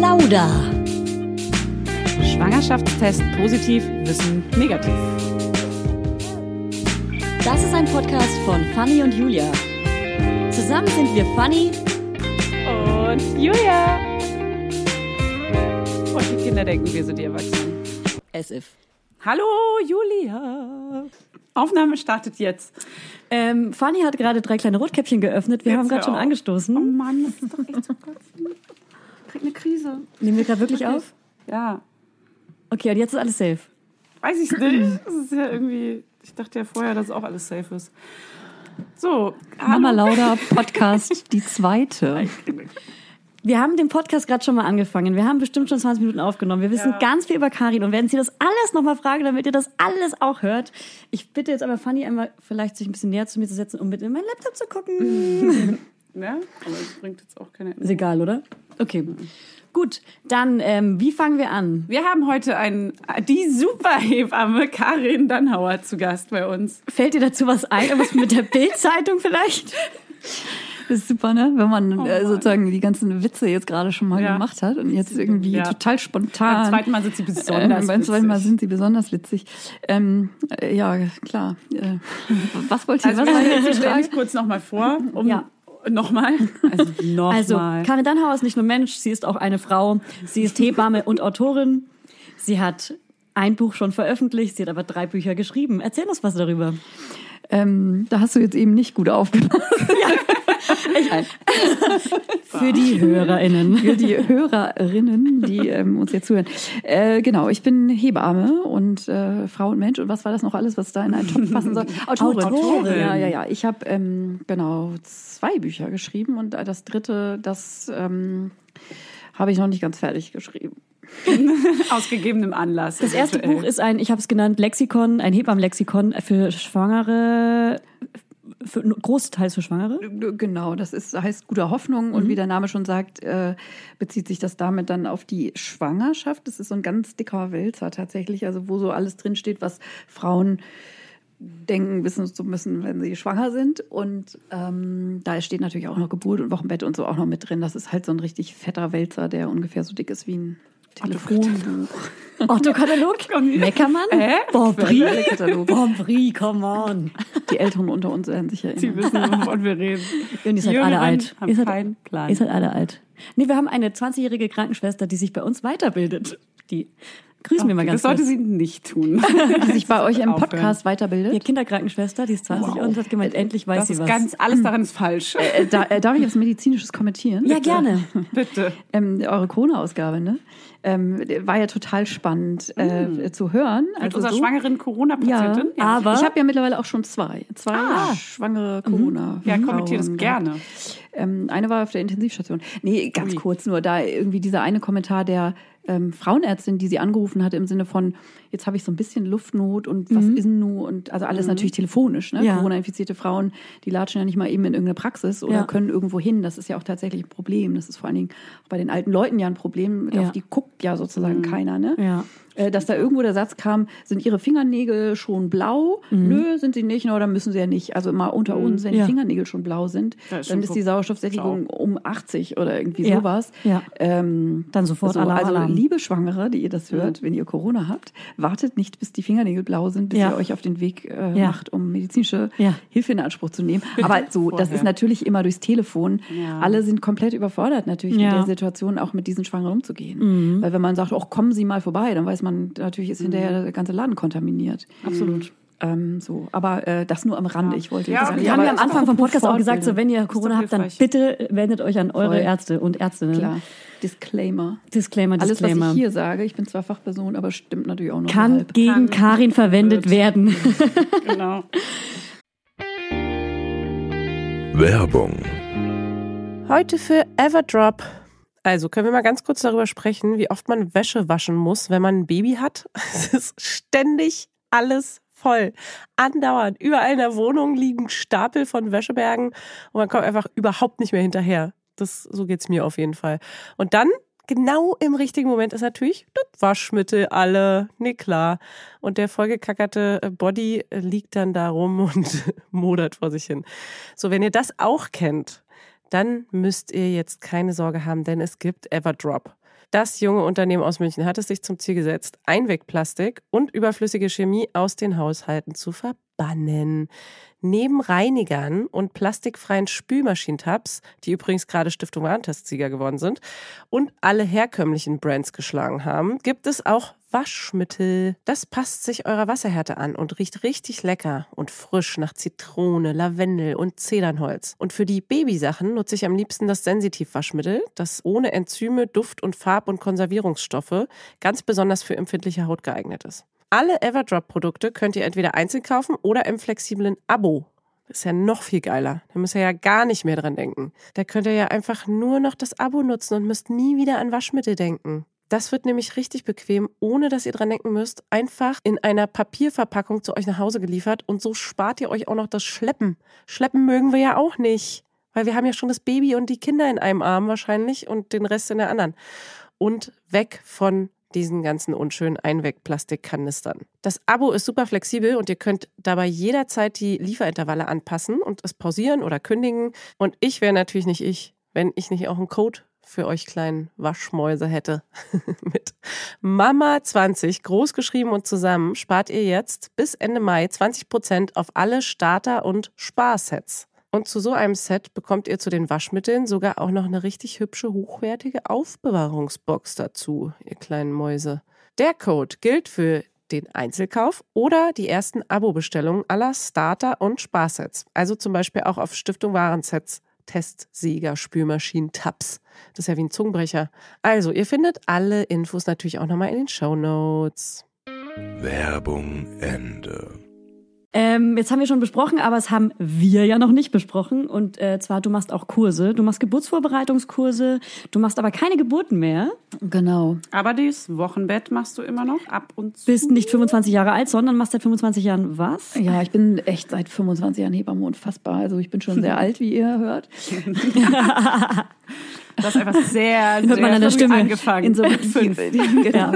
Lauda. Schwangerschaftstest positiv, Wissen negativ. Das ist ein Podcast von Fanny und Julia. Zusammen sind wir Fanny und Julia. Und die Kinder denken, wir sind die Erwachsenen. As if. Hallo Julia. Aufnahme startet jetzt. Fanny hat gerade 3 kleine Rotkäppchen geöffnet. Wir haben gerade schon angestoßen. Oh Mann, das ist doch echt so kotzen. Ich krieg eine Krise. Nehmen wir gerade wirklich auf? Ja. Okay, und jetzt ist alles safe. Weiß ich nicht. Das ist ja irgendwie... Ich dachte ja vorher, dass auch alles safe ist. So, Mama Lauda Podcast, die zweite. Wir haben den Podcast gerade schon mal angefangen. Wir haben bestimmt schon 20 Minuten aufgenommen. Wir wissen ganz viel über Karin und werden sie das alles nochmal fragen, damit ihr das alles auch hört. Ich bitte jetzt aber Fanny einmal vielleicht sich ein bisschen näher zu mir zu setzen, um mit in meinen Laptop zu gucken. Ja, aber es bringt jetzt auch keine... Ist egal, oder? Okay. Gut, dann, wie fangen wir an? Wir haben heute die Superhebamme Karin Dannhauer zu Gast bei uns. Fällt dir dazu was ein? Was mit der Bild-Zeitung vielleicht? Das ist super, ne? Wenn man sozusagen die ganzen Witze jetzt gerade schon mal gemacht hat und jetzt irgendwie total spontan. Beim zweiten Mal sind sie besonders witzig. Beim zweiten Mal sind sie besonders witzig. Ja, klar. Was wollt ihr? Also, ich stelle mich kurz nochmal vor, Nochmal? Also, Karin Dannhauer ist nicht nur Mensch, sie ist auch eine Frau. Sie ist Hebamme und Autorin. Sie hat ein Buch schon veröffentlicht, sie hat aber 3 Bücher geschrieben. Erzähl uns was darüber. Da hast du jetzt eben nicht gut aufgepasst. Für die HörerInnen. Für die HörerInnen, die uns jetzt zuhören. Genau, ich bin Hebamme und Frau und Mensch. Und was war das noch alles, was da in einen Topf passen soll? Autorin. Ja. Ich habe 2 Bücher geschrieben und das 3, das habe ich noch nicht ganz fertig geschrieben. Aus gegebenem Anlass. Das erste Buch ist ich habe es genannt, Lexikon, ein Hebammenlexikon für Schwangere, großteils für Schwangere. Genau, das heißt Guter Hoffnung und wie der Name schon sagt, bezieht sich das damit dann auf die Schwangerschaft. Das ist so ein ganz dicker Wälzer tatsächlich, also wo so alles drinsteht, was Frauen denken, wissen zu müssen, wenn sie schwanger sind. Und da steht natürlich auch noch Geburt und Wochenbett und so auch noch mit drin. Das ist halt so ein richtig fetter Wälzer, der ungefähr so dick ist wie ein Telefonbuch. Otto-Katalog? Meckermann? Bonprix, come on. Die Älteren unter uns werden sich erinnern. Sie wissen, wovon wir reden. Und ihr seid alle alt. Haben keinen Plan. Ihr seid alle alt. Nee, wir haben eine 20-jährige Krankenschwester, die sich bei uns weiterbildet. Die grüßen wir mal ganz kurz. Das sollte sie nicht tun. Die sich bei euch im Podcast weiterbildet. Die Kinderkrankenschwester, die ist 20 und hat gemeint, endlich weiß sie was. Alles daran ist falsch. Darf ich was Medizinisches kommentieren? Ja, gerne. Bitte. Eure Corona-Ausgabe, ne? War ja total spannend zu hören. Mit unserer schwangeren Corona-Patientin. Ja, aber ich habe ja mittlerweile auch schon 2 schwangere Corona. Ja, kommentiere das gerne. Eine war auf der Intensivstation. Nee, ganz kurz nur, da irgendwie dieser eine Kommentar der Frauenärztin, die sie angerufen hat im Sinne von, jetzt habe ich so ein bisschen Luftnot und was ist denn nun? Und also alles natürlich telefonisch, ne? Ja. Corona-infizierte Frauen, die latschen ja nicht mal eben in irgendeine Praxis oder können irgendwo hin. Das ist ja auch tatsächlich ein Problem. Das ist vor allen Dingen auch bei den alten Leuten ja ein Problem. Auf die guckt ja sozusagen keiner, ne? Ja. Dass da irgendwo der Satz kam, sind ihre Fingernägel schon blau? Nö, sind sie nicht, oder müssen sie ja nicht. Also immer unter uns, wenn die Fingernägel schon blau sind, dann ist die Sauerstoffsättigung um 80 oder irgendwie sowas. Ja. Dann sofort Alarm. Liebe Schwangere, die ihr das hört, wenn ihr Corona habt, wartet nicht, bis die Fingernägel blau sind, bis ihr euch auf den Weg macht, um medizinische Hilfe in Anspruch zu nehmen. Aber so, das ist natürlich immer durchs Telefon. Ja. Alle sind komplett überfordert natürlich mit der Situation, auch mit diesen Schwangeren umzugehen. Weil wenn man sagt, kommen Sie mal vorbei, dann weiß man, natürlich ist hinterher der ganze Laden kontaminiert. Absolut. Aber das nur am Rande. Ich wollte jetzt sagen. Wir haben ja am Anfang vom Podcast auch gesagt, so, wenn ihr Corona habt, dann bitte wendet euch an eure Ärzte und Ärztinnen. Klar. Disclaimer. Alles, was ich hier sage, ich bin zwar Fachperson, aber stimmt natürlich auch noch. Kann gegen Karin verwendet werden. Genau. Werbung. Heute für Everdrop. Also können wir mal ganz kurz darüber sprechen, wie oft man Wäsche waschen muss, wenn man ein Baby hat. Es ist ständig alles voll. Andauernd. Überall in der Wohnung liegen Stapel von Wäschebergen und man kommt einfach überhaupt nicht mehr hinterher. So geht's mir auf jeden Fall. Und dann, genau im richtigen Moment, ist natürlich das Waschmittel alle. Nee, klar. Und der vollgekackerte Body liegt dann da rum und modert vor sich hin. So, wenn ihr das auch kennt, dann müsst ihr jetzt keine Sorge haben, denn es gibt Everdrop. Das junge Unternehmen aus München hat es sich zum Ziel gesetzt, Einwegplastik und überflüssige Chemie aus den Haushalten zu verbannen. Neben Reinigern und plastikfreien Spülmaschinentabs, die übrigens gerade Stiftung Warentest-Sieger geworden sind und alle herkömmlichen Brands geschlagen haben, gibt es auch Waschmittel. Das passt sich eurer Wasserhärte an und riecht richtig lecker und frisch nach Zitrone, Lavendel und Zedernholz. Und für die Babysachen nutze ich am liebsten das Sensitiv-Waschmittel, das ohne Enzyme, Duft- und Farb- und Konservierungsstoffe ganz besonders für empfindliche Haut geeignet ist. Alle Everdrop-Produkte könnt ihr entweder einzeln kaufen oder im flexiblen Abo. Das ist ja noch viel geiler. Da müsst ihr ja gar nicht mehr dran denken. Da könnt ihr ja einfach nur noch das Abo nutzen und müsst nie wieder an Waschmittel denken. Das wird nämlich richtig bequem, ohne dass ihr dran denken müsst. Einfach in einer Papierverpackung zu euch nach Hause geliefert und so spart ihr euch auch noch das Schleppen. Schleppen mögen wir ja auch nicht, weil wir haben ja schon das Baby und die Kinder in einem Arm wahrscheinlich und den Rest in der anderen. Und weg von diesen ganzen unschönen Einwegplastikkanistern. Das Abo ist super flexibel und ihr könnt dabei jederzeit die Lieferintervalle anpassen und es pausieren oder kündigen. Und ich wäre natürlich nicht ich, wenn ich nicht auch einen Code für euch kleinen Waschmäuse hätte. Mit Mama20 großgeschrieben und zusammen spart ihr jetzt bis Ende Mai 20% auf alle Starter- und Sparsets. Und zu so einem Set bekommt ihr zu den Waschmitteln sogar auch noch eine richtig hübsche, hochwertige Aufbewahrungsbox dazu, ihr kleinen Mäuse. Der Code gilt für den Einzelkauf oder die ersten Abo-Bestellungen aller Starter- und Sparsets. Also zum Beispiel auch auf Stiftung Warensets, Testsieger, Spülmaschinen, Tabs. Das ist ja wie ein Zungenbrecher. Also, ihr findet alle Infos natürlich auch nochmal in den Shownotes. Werbung Ende. Jetzt haben wir schon besprochen, aber es haben wir ja noch nicht besprochen. Und zwar, du machst auch Kurse. Du machst Geburtsvorbereitungskurse. Du machst aber keine Geburten mehr. Genau. Aber dieses Wochenbett machst du immer noch ab und zu. Bist nicht 25 Jahre alt, sondern machst seit 25 Jahren was? Ja, ich bin echt seit 25 Jahren Hebamme, unfassbar. Also ich bin schon sehr alt, wie ihr hört. Das ist einfach sehr, Hört man an der Stimme. angefangen. In so einem, mit 5. genau.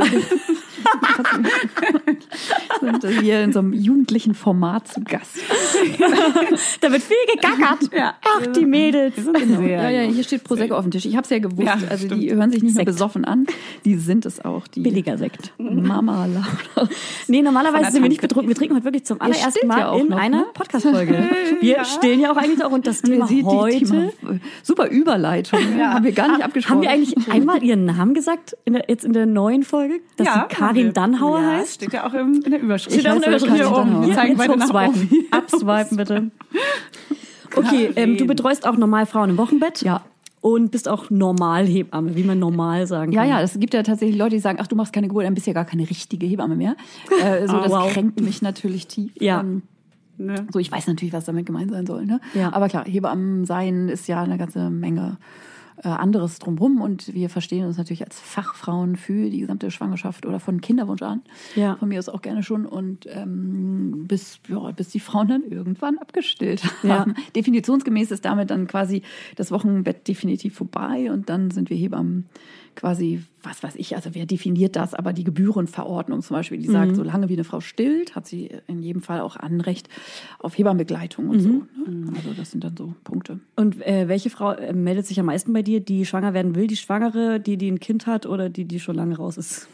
Sind hier in so einem jugendlichen Format zu Gast. Da wird viel gegackert. Ja. Ach, die Mädels. Genau. Ja, hier steht Prosecco auf dem Tisch. Ich habe es ja gewusst. Ja, also stimmt. die hören sich nicht nur Sekt. besoffen an. Die sind es auch. Die Billiger Sekt. Mama Laura. Nee, normalerweise Von der sind wir nicht Tanke. betrunken. Wir trinken heute wirklich zum allerersten stillt Mal ja auch in noch, einer ne? Podcast-Folge. Wir stillen ja auch eigentlich auch. Und das Thema heute... Super Überleitung. Haben wir gar nicht abgesprochen. Haben wir eigentlich einmal ihren Namen gesagt, jetzt in der neuen Folge, dass sie Karin Dannhauer ja, heißt? Steht ja auch in der Überschrift. Steht auch in der heiße Überschrift. Karin Dannhauer. Hier, Zeigen jetzt beide nach hochswipen. oben. Abswipen, bitte. Okay, du betreust auch normal Frauen im Wochenbett. Ja. Und bist auch Normalhebamme, wie man normal sagen kann. Ja, es gibt ja tatsächlich Leute, die sagen, ach, du machst keine Geburt, dann bist du ja gar keine richtige Hebamme mehr. Das wow. kränkt mich natürlich tief. Ja. Ne? So, ich weiß natürlich, was damit gemeint sein soll. Ne? Ja. Aber klar, Hebammen sein ist ja eine ganze Menge anderes drumherum und wir verstehen uns natürlich als Fachfrauen für die gesamte Schwangerschaft oder von Kinderwunsch an. Ja. Von mir aus auch gerne schon und bis die Frauen dann irgendwann abgestillt haben. Ja. Definitionsgemäß ist damit dann quasi das Wochenbett definitiv vorbei und dann sind wir Hebammen quasi, was weiß ich, also wer definiert das, aber die Gebührenverordnung zum Beispiel, die sagt, solange wie eine Frau stillt, hat sie in jedem Fall auch Anrecht auf Hebammenbegleitung und so. Ne? Also das sind dann so Punkte. Und welche Frau meldet sich am meisten bei dir, die schwanger werden will? Die Schwangere, die ein Kind hat oder die schon lange raus ist?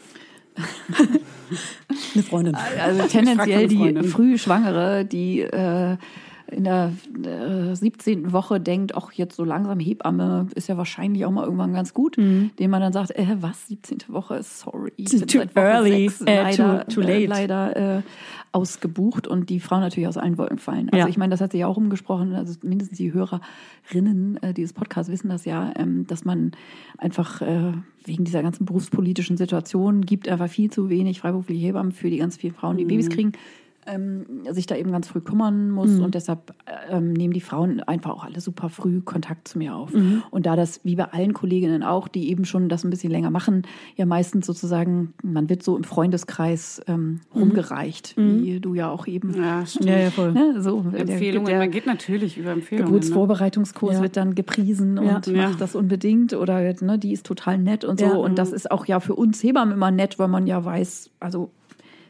Eine Freundin. Also tendenziell die Freundin. Frühschwangere, die in der 17. Woche denkt, ach, jetzt so langsam Hebamme ist ja wahrscheinlich auch mal irgendwann ganz gut, dem man dann sagt, was, 17. Woche, sorry, ich bin Too seit Woche early, 6 leider, too late. leider ausgebucht und die Frauen natürlich aus allen Wolken fallen. Also Ja. ich meine, das hat sich ja auch rumgesprochen, also mindestens die Hörerinnen dieses Podcasts wissen das ja, dass man einfach wegen dieser ganzen berufspolitischen Situation gibt einfach viel zu wenig freiberufliche Hebammen für die ganz vielen Frauen, die Babys kriegen. Sich da eben ganz früh kümmern muss und deshalb nehmen die Frauen einfach auch alle super früh Kontakt zu mir auf. Und da das, wie bei allen Kolleginnen auch, die eben schon das ein bisschen länger machen, ja meistens sozusagen, man wird so im Freundeskreis rumgereicht, wie du ja auch eben. Ja, stimmt. Ja, voll. Ne, so, Empfehlungen, man geht natürlich über Empfehlungen. Geburtsvorbereitungskurs Ja. wird dann gepriesen und Ja. macht das unbedingt oder die ist total nett und so. Ja. Und das ist auch ja für uns Hebammen immer nett, weil man ja weiß, also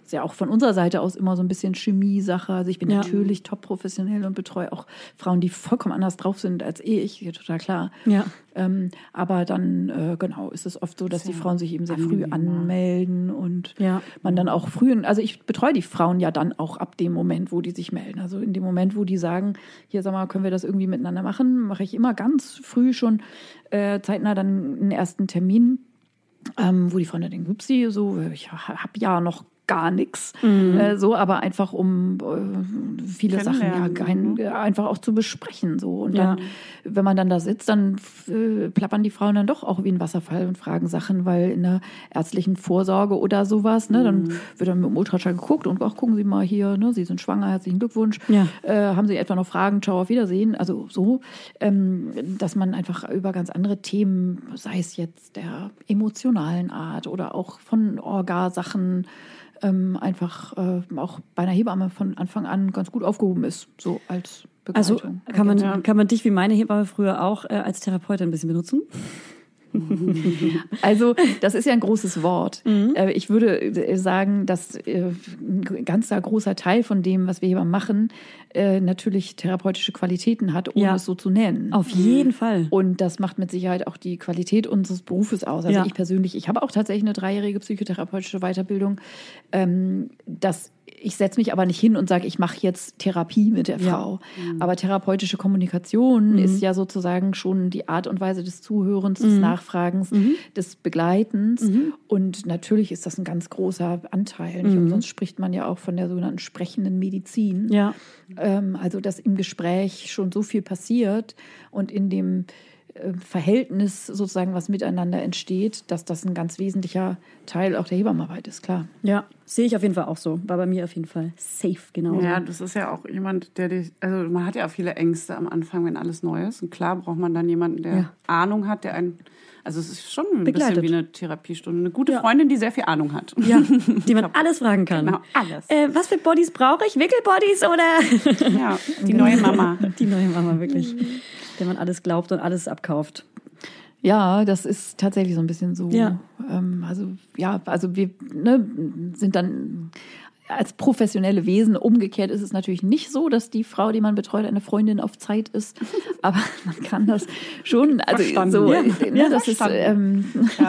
ist ja auch von unserer Seite aus immer so ein bisschen Chemie-Sache. Also ich bin natürlich top professionell und betreue auch Frauen, die vollkommen anders drauf sind als ich, total klar. Ja. Aber dann, genau, ist es oft so, dass die Frauen sich eben sehr früh anmelden und man dann auch also ich betreue die Frauen ja dann auch ab dem Moment, wo die sich melden. Also in dem Moment, wo die sagen, hier, sag mal, können wir das irgendwie miteinander machen, mache ich immer ganz früh schon zeitnah dann einen ersten Termin, wo die Freunde denken, upsie, so, ich habe ja noch gar nichts, so, aber einfach um viele Sachen einfach auch zu besprechen, so. Und dann, wenn man dann da sitzt, dann plappern die Frauen dann doch auch wie ein Wasserfall und fragen Sachen, weil in der ärztlichen Vorsorge oder sowas, ne, dann wird dann mit dem Ultraschall geguckt und auch gucken Sie mal hier, ne, Sie sind schwanger, herzlichen Glückwunsch, haben Sie etwa noch Fragen, ciao, auf Wiedersehen, also so, dass man einfach über ganz andere Themen, sei es jetzt der emotionalen Art oder auch von Orgasachen, einfach auch bei einer Hebamme von Anfang an ganz gut aufgehoben ist, so als Begleitung. Also kann man dich wie meine Hebamme früher auch als Therapeutin ein bisschen benutzen? Also das ist ja ein großes Wort. Ich würde sagen, dass ein ganz großer Teil von dem, was wir hier machen, natürlich therapeutische Qualitäten hat, ohne es so zu nennen. Auf jeden Fall. Und das macht mit Sicherheit auch die Qualität unseres Berufes aus. Also ich persönlich, ich habe auch tatsächlich eine 3-jährige psychotherapeutische Weiterbildung. Ich setze mich aber nicht hin und sage, ich mache jetzt Therapie mit der Frau. Aber therapeutische Kommunikation ist ja sozusagen schon die Art und Weise des Zuhörens, des Nachfragens, des Begleitens. Und natürlich ist das ein ganz großer Anteil. Nicht umsonst spricht man ja auch von der sogenannten sprechenden Medizin. Ja. Also, dass im Gespräch schon so viel passiert und in dem Verhältnis sozusagen, was miteinander entsteht, dass das ein ganz wesentlicher Teil auch der Hebammenarbeit ist, klar. Ja, sehe ich auf jeden Fall auch so. War bei mir auf jeden Fall safe, genau. Ja, das ist ja auch jemand, also man hat ja auch viele Ängste am Anfang, wenn alles neu ist. Und klar braucht man dann jemanden, der Ahnung hat, der einen, also es ist schon ein bisschen wie eine Therapiestunde. Eine gute Freundin, die sehr viel Ahnung hat. Ja, die man alles fragen kann. Genau, alles. Was für Bodies brauche ich? Wickelbodies oder? Ja, die neue Mama. Die neue Mama, wirklich. Der man alles glaubt und alles abkauft. Ja, das ist tatsächlich so ein bisschen so. Ja. Also wir sind dann als professionelle Wesen. Umgekehrt ist es natürlich nicht so, dass die Frau, die man betreut, eine Freundin auf Zeit ist. Aber man kann das schon, also verstanden. so, Ja, das ist Dann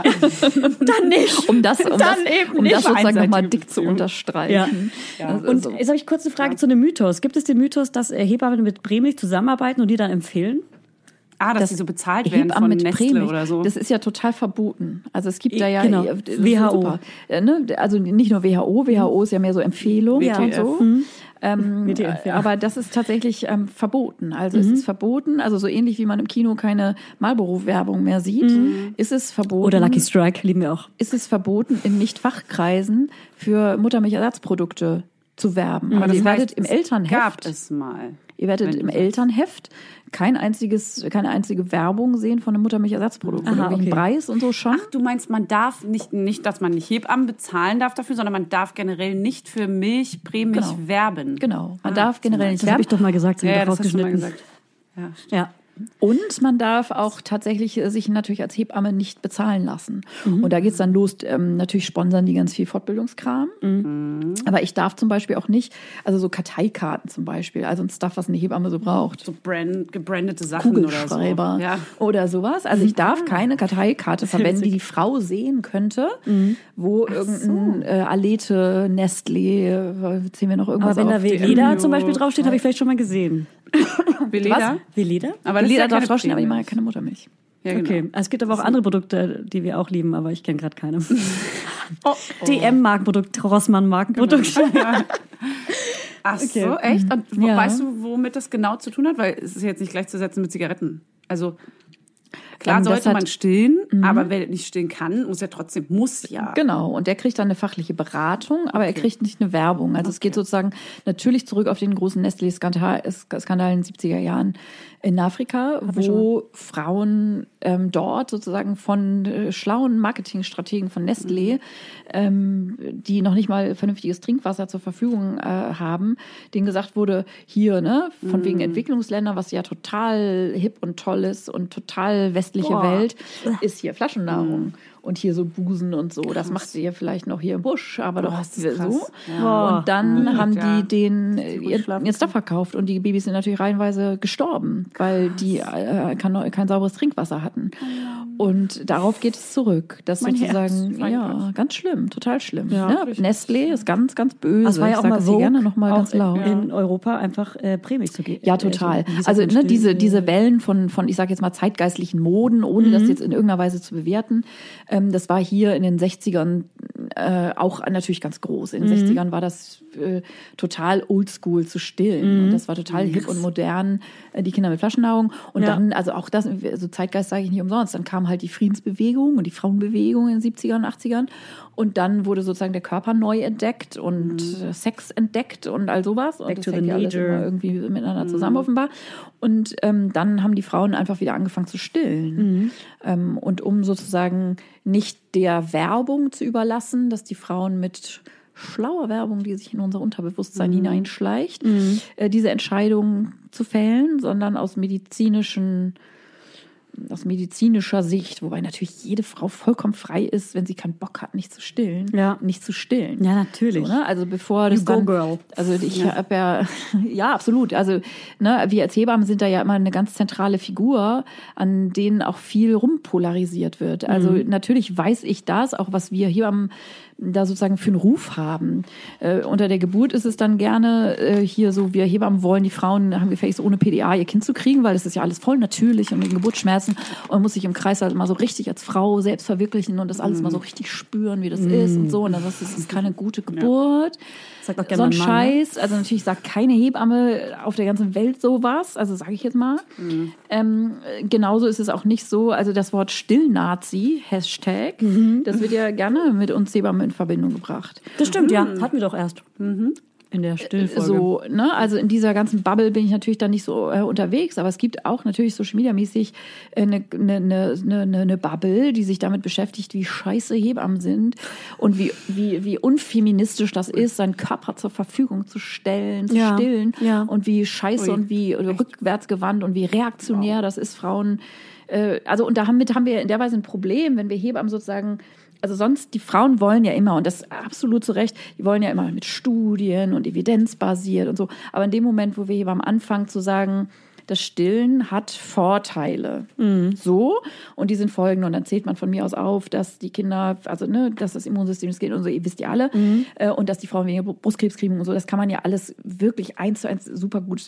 nicht. um das sozusagen nochmal dick zu Beziehung. unterstreichen. Ja. Also Und so. jetzt habe ich kurz eine Frage zu einem Mythos. Gibt es den Mythos, dass Hebammen mit Prämilch zusammenarbeiten und die dann empfehlen? Dass die so bezahlt werden von Nestle Prämilch, oder so. Das ist ja total verboten. Also es gibt da ja Genau. das ist WHO. super. Also nicht nur WHO ist ja mehr so Empfehlung WTF. und so. WTF, ja. Aber das ist tatsächlich verboten. Also es ist verboten, also so ähnlich wie man im Kino keine Marlboro-Werbung mehr sieht, ist es verboten. Oder Lucky Strike, lieben wir auch. Ist es verboten, in Nicht-Fachkreisen für Muttermilchersatzprodukte zu werben. Aber Also ihr das werdet heißt, im es Elternheft gab es mal. Ihr werdet im Elternheft keine einzige Werbung sehen von einem Muttermilchersatzprodukt. Von irgendwelchen Preis und so schon. Ach, du meinst, man darf nicht, dass man nicht Hebammen bezahlen darf dafür, sondern man darf generell nicht für Milch, Prämilch werben. Genau, man darf generell nicht Das habe werben. ich doch mal gesagt, Ja, das hast du mal gesagt. Ja, stimmt. Ja. Und man darf auch tatsächlich sich natürlich als Hebamme nicht bezahlen lassen. Und da geht's dann los, natürlich sponsern die ganz viel Fortbildungskram. Aber ich darf zum Beispiel auch nicht, also so Karteikarten zum Beispiel, also ein Stuff, was eine Hebamme so braucht. So gebrandete Sachen oder so. Kugelschreiber oder sowas. Also ich darf keine Karteikarte verwenden, die Frau sehen könnte, wo irgendein Alete, Nestlé, ziehen wir noch irgendwas Aber wenn da auf. Veleda zum Beispiel draufsteht, habe ich vielleicht schon mal gesehen. Veleda? Veleda? Aber das ist Veleda ja darf keine draufstehen, aber die machen ja Prämilch. keine Muttermilch. Ja, genau. Okay, es gibt aber auch andere Produkte, die wir auch lieben, aber ich kenne gerade keine. DM-Markenprodukt, Rossmann-Markenprodukt. Ach so, echt? Und weißt du, womit das genau zu tun hat? Weil es ist jetzt nicht gleichzusetzen mit Zigaretten. Also klar Das sollte hat- man stillen, aber wer nicht stillen kann, muss ja. Genau, und der kriegt dann eine fachliche Beratung, aber er kriegt nicht eine Werbung. Also es geht sozusagen natürlich zurück auf den großen Nestlé-Skandal in den 70er Jahren in Afrika, wo Frauen dort sozusagen von schlauen Marketingstrategen von Nestlé, die noch nicht mal vernünftiges Trinkwasser zur Verfügung haben, denen gesagt wurde, hier, ne, von wegen Entwicklungsländer, was ja total hip und toll ist und total westlich westliche Welt ist hier Flaschennahrung. Und hier so Busen und so. Krass. Das macht sie ja vielleicht noch hier im Busch, aber doch so. Ja. Und dann haben die den ihr Stuff verkauft und die Babys sind natürlich reihenweise gestorben, weil die kein sauberes Trinkwasser hatten. Und darauf geht es zurück. Das sozusagen, ganz schlimm, total schlimm. Ja, ne? Nestlé ist ganz, ganz böse. Das war ja auch mal so gerne noch mal ganz laut. In Europa einfach Prämie zu geben. Ja, total. Also diese Wellen von ich sage jetzt mal zeitgeistlichen Moden, ohne das jetzt in irgendeiner Weise zu bewerten, das war hier in den 60ern auch natürlich ganz groß. In den 60ern war das total oldschool zu stillen. Und das war total hip und modern, die Kinder mit Flaschennahrung. Und dann, also auch das, so Zeitgeist sage ich nicht umsonst, dann kam halt die Friedensbewegung und die Frauenbewegung in den 70ern und 80ern. Und dann wurde sozusagen der Körper neu entdeckt und Sex entdeckt und all sowas. Und das hängt ja alles immer irgendwie miteinander zusammen offenbar. Und dann haben die Frauen einfach wieder angefangen zu stillen. Und um sozusagen nicht der Werbung zu überlassen, dass die Frauen mit schlauer Werbung, die sich in unser Unterbewusstsein hineinschleicht, diese Entscheidung zu fällen, sondern aus medizinischer Sicht, wobei natürlich jede Frau vollkommen frei ist, wenn sie keinen Bock hat, nicht zu stillen. Nicht zu stillen. Ja, natürlich. So, ne? Also bevor das dann, girl. Also ich habe ja, absolut. Also wir als Hebammen sind da ja immer eine ganz zentrale Figur, an denen auch viel rumpolarisiert wird. Also natürlich weiß ich das, auch was wir Hebammen da sozusagen für einen Ruf haben. Unter der Geburt ist es dann gerne hier so, wir Hebammen wollen, die Frauen haben gefälligst ohne PDA ihr Kind zu kriegen, weil das ist ja alles voll natürlich und mit Geburtsschmerzen und man muss sich im Kreis halt mal so richtig als Frau selbst verwirklichen und das alles mal so richtig spüren, wie das ist und so. Und dann das ist keine gute Geburt. Sagt auch gerne so ein Scheiß. Also natürlich sagt keine Hebamme auf der ganzen Welt sowas. Also sage ich jetzt mal. Genauso ist es auch nicht so. Also das Wort Stillnazi, Hashtag, das wird ja gerne mit uns Hebammen in Verbindung gebracht. Das stimmt, ja. Hatten wir doch erst. In der Stillfolge. So, ne? Also in dieser ganzen Bubble bin ich natürlich dann nicht so unterwegs, aber es gibt auch natürlich Social Media mäßig eine Bubble, die sich damit beschäftigt, wie scheiße Hebammen sind und wie unfeministisch das ist, seinen Körper zur Verfügung zu stellen, zu stillen und wie scheiße und wie rückwärtsgewandt und wie reaktionär das ist, Frauen. Also und damit haben wir in der Weise ein Problem, wenn wir Hebammen sozusagen. Also sonst, die Frauen wollen ja immer, und das absolut zu Recht, die wollen ja immer mit Studien und evidenzbasiert und so. Aber in dem Moment, wo wir hier am Anfang zu sagen, das Stillen hat Vorteile. So. Und die sind folgende. Und dann zählt man von mir aus auf, dass die Kinder, also dass das Immunsystem, das geht und so, ihr wisst ja alle. Und dass die Frauen weniger Brustkrebs kriegen und so. Das kann man ja alles wirklich 1:1 super gut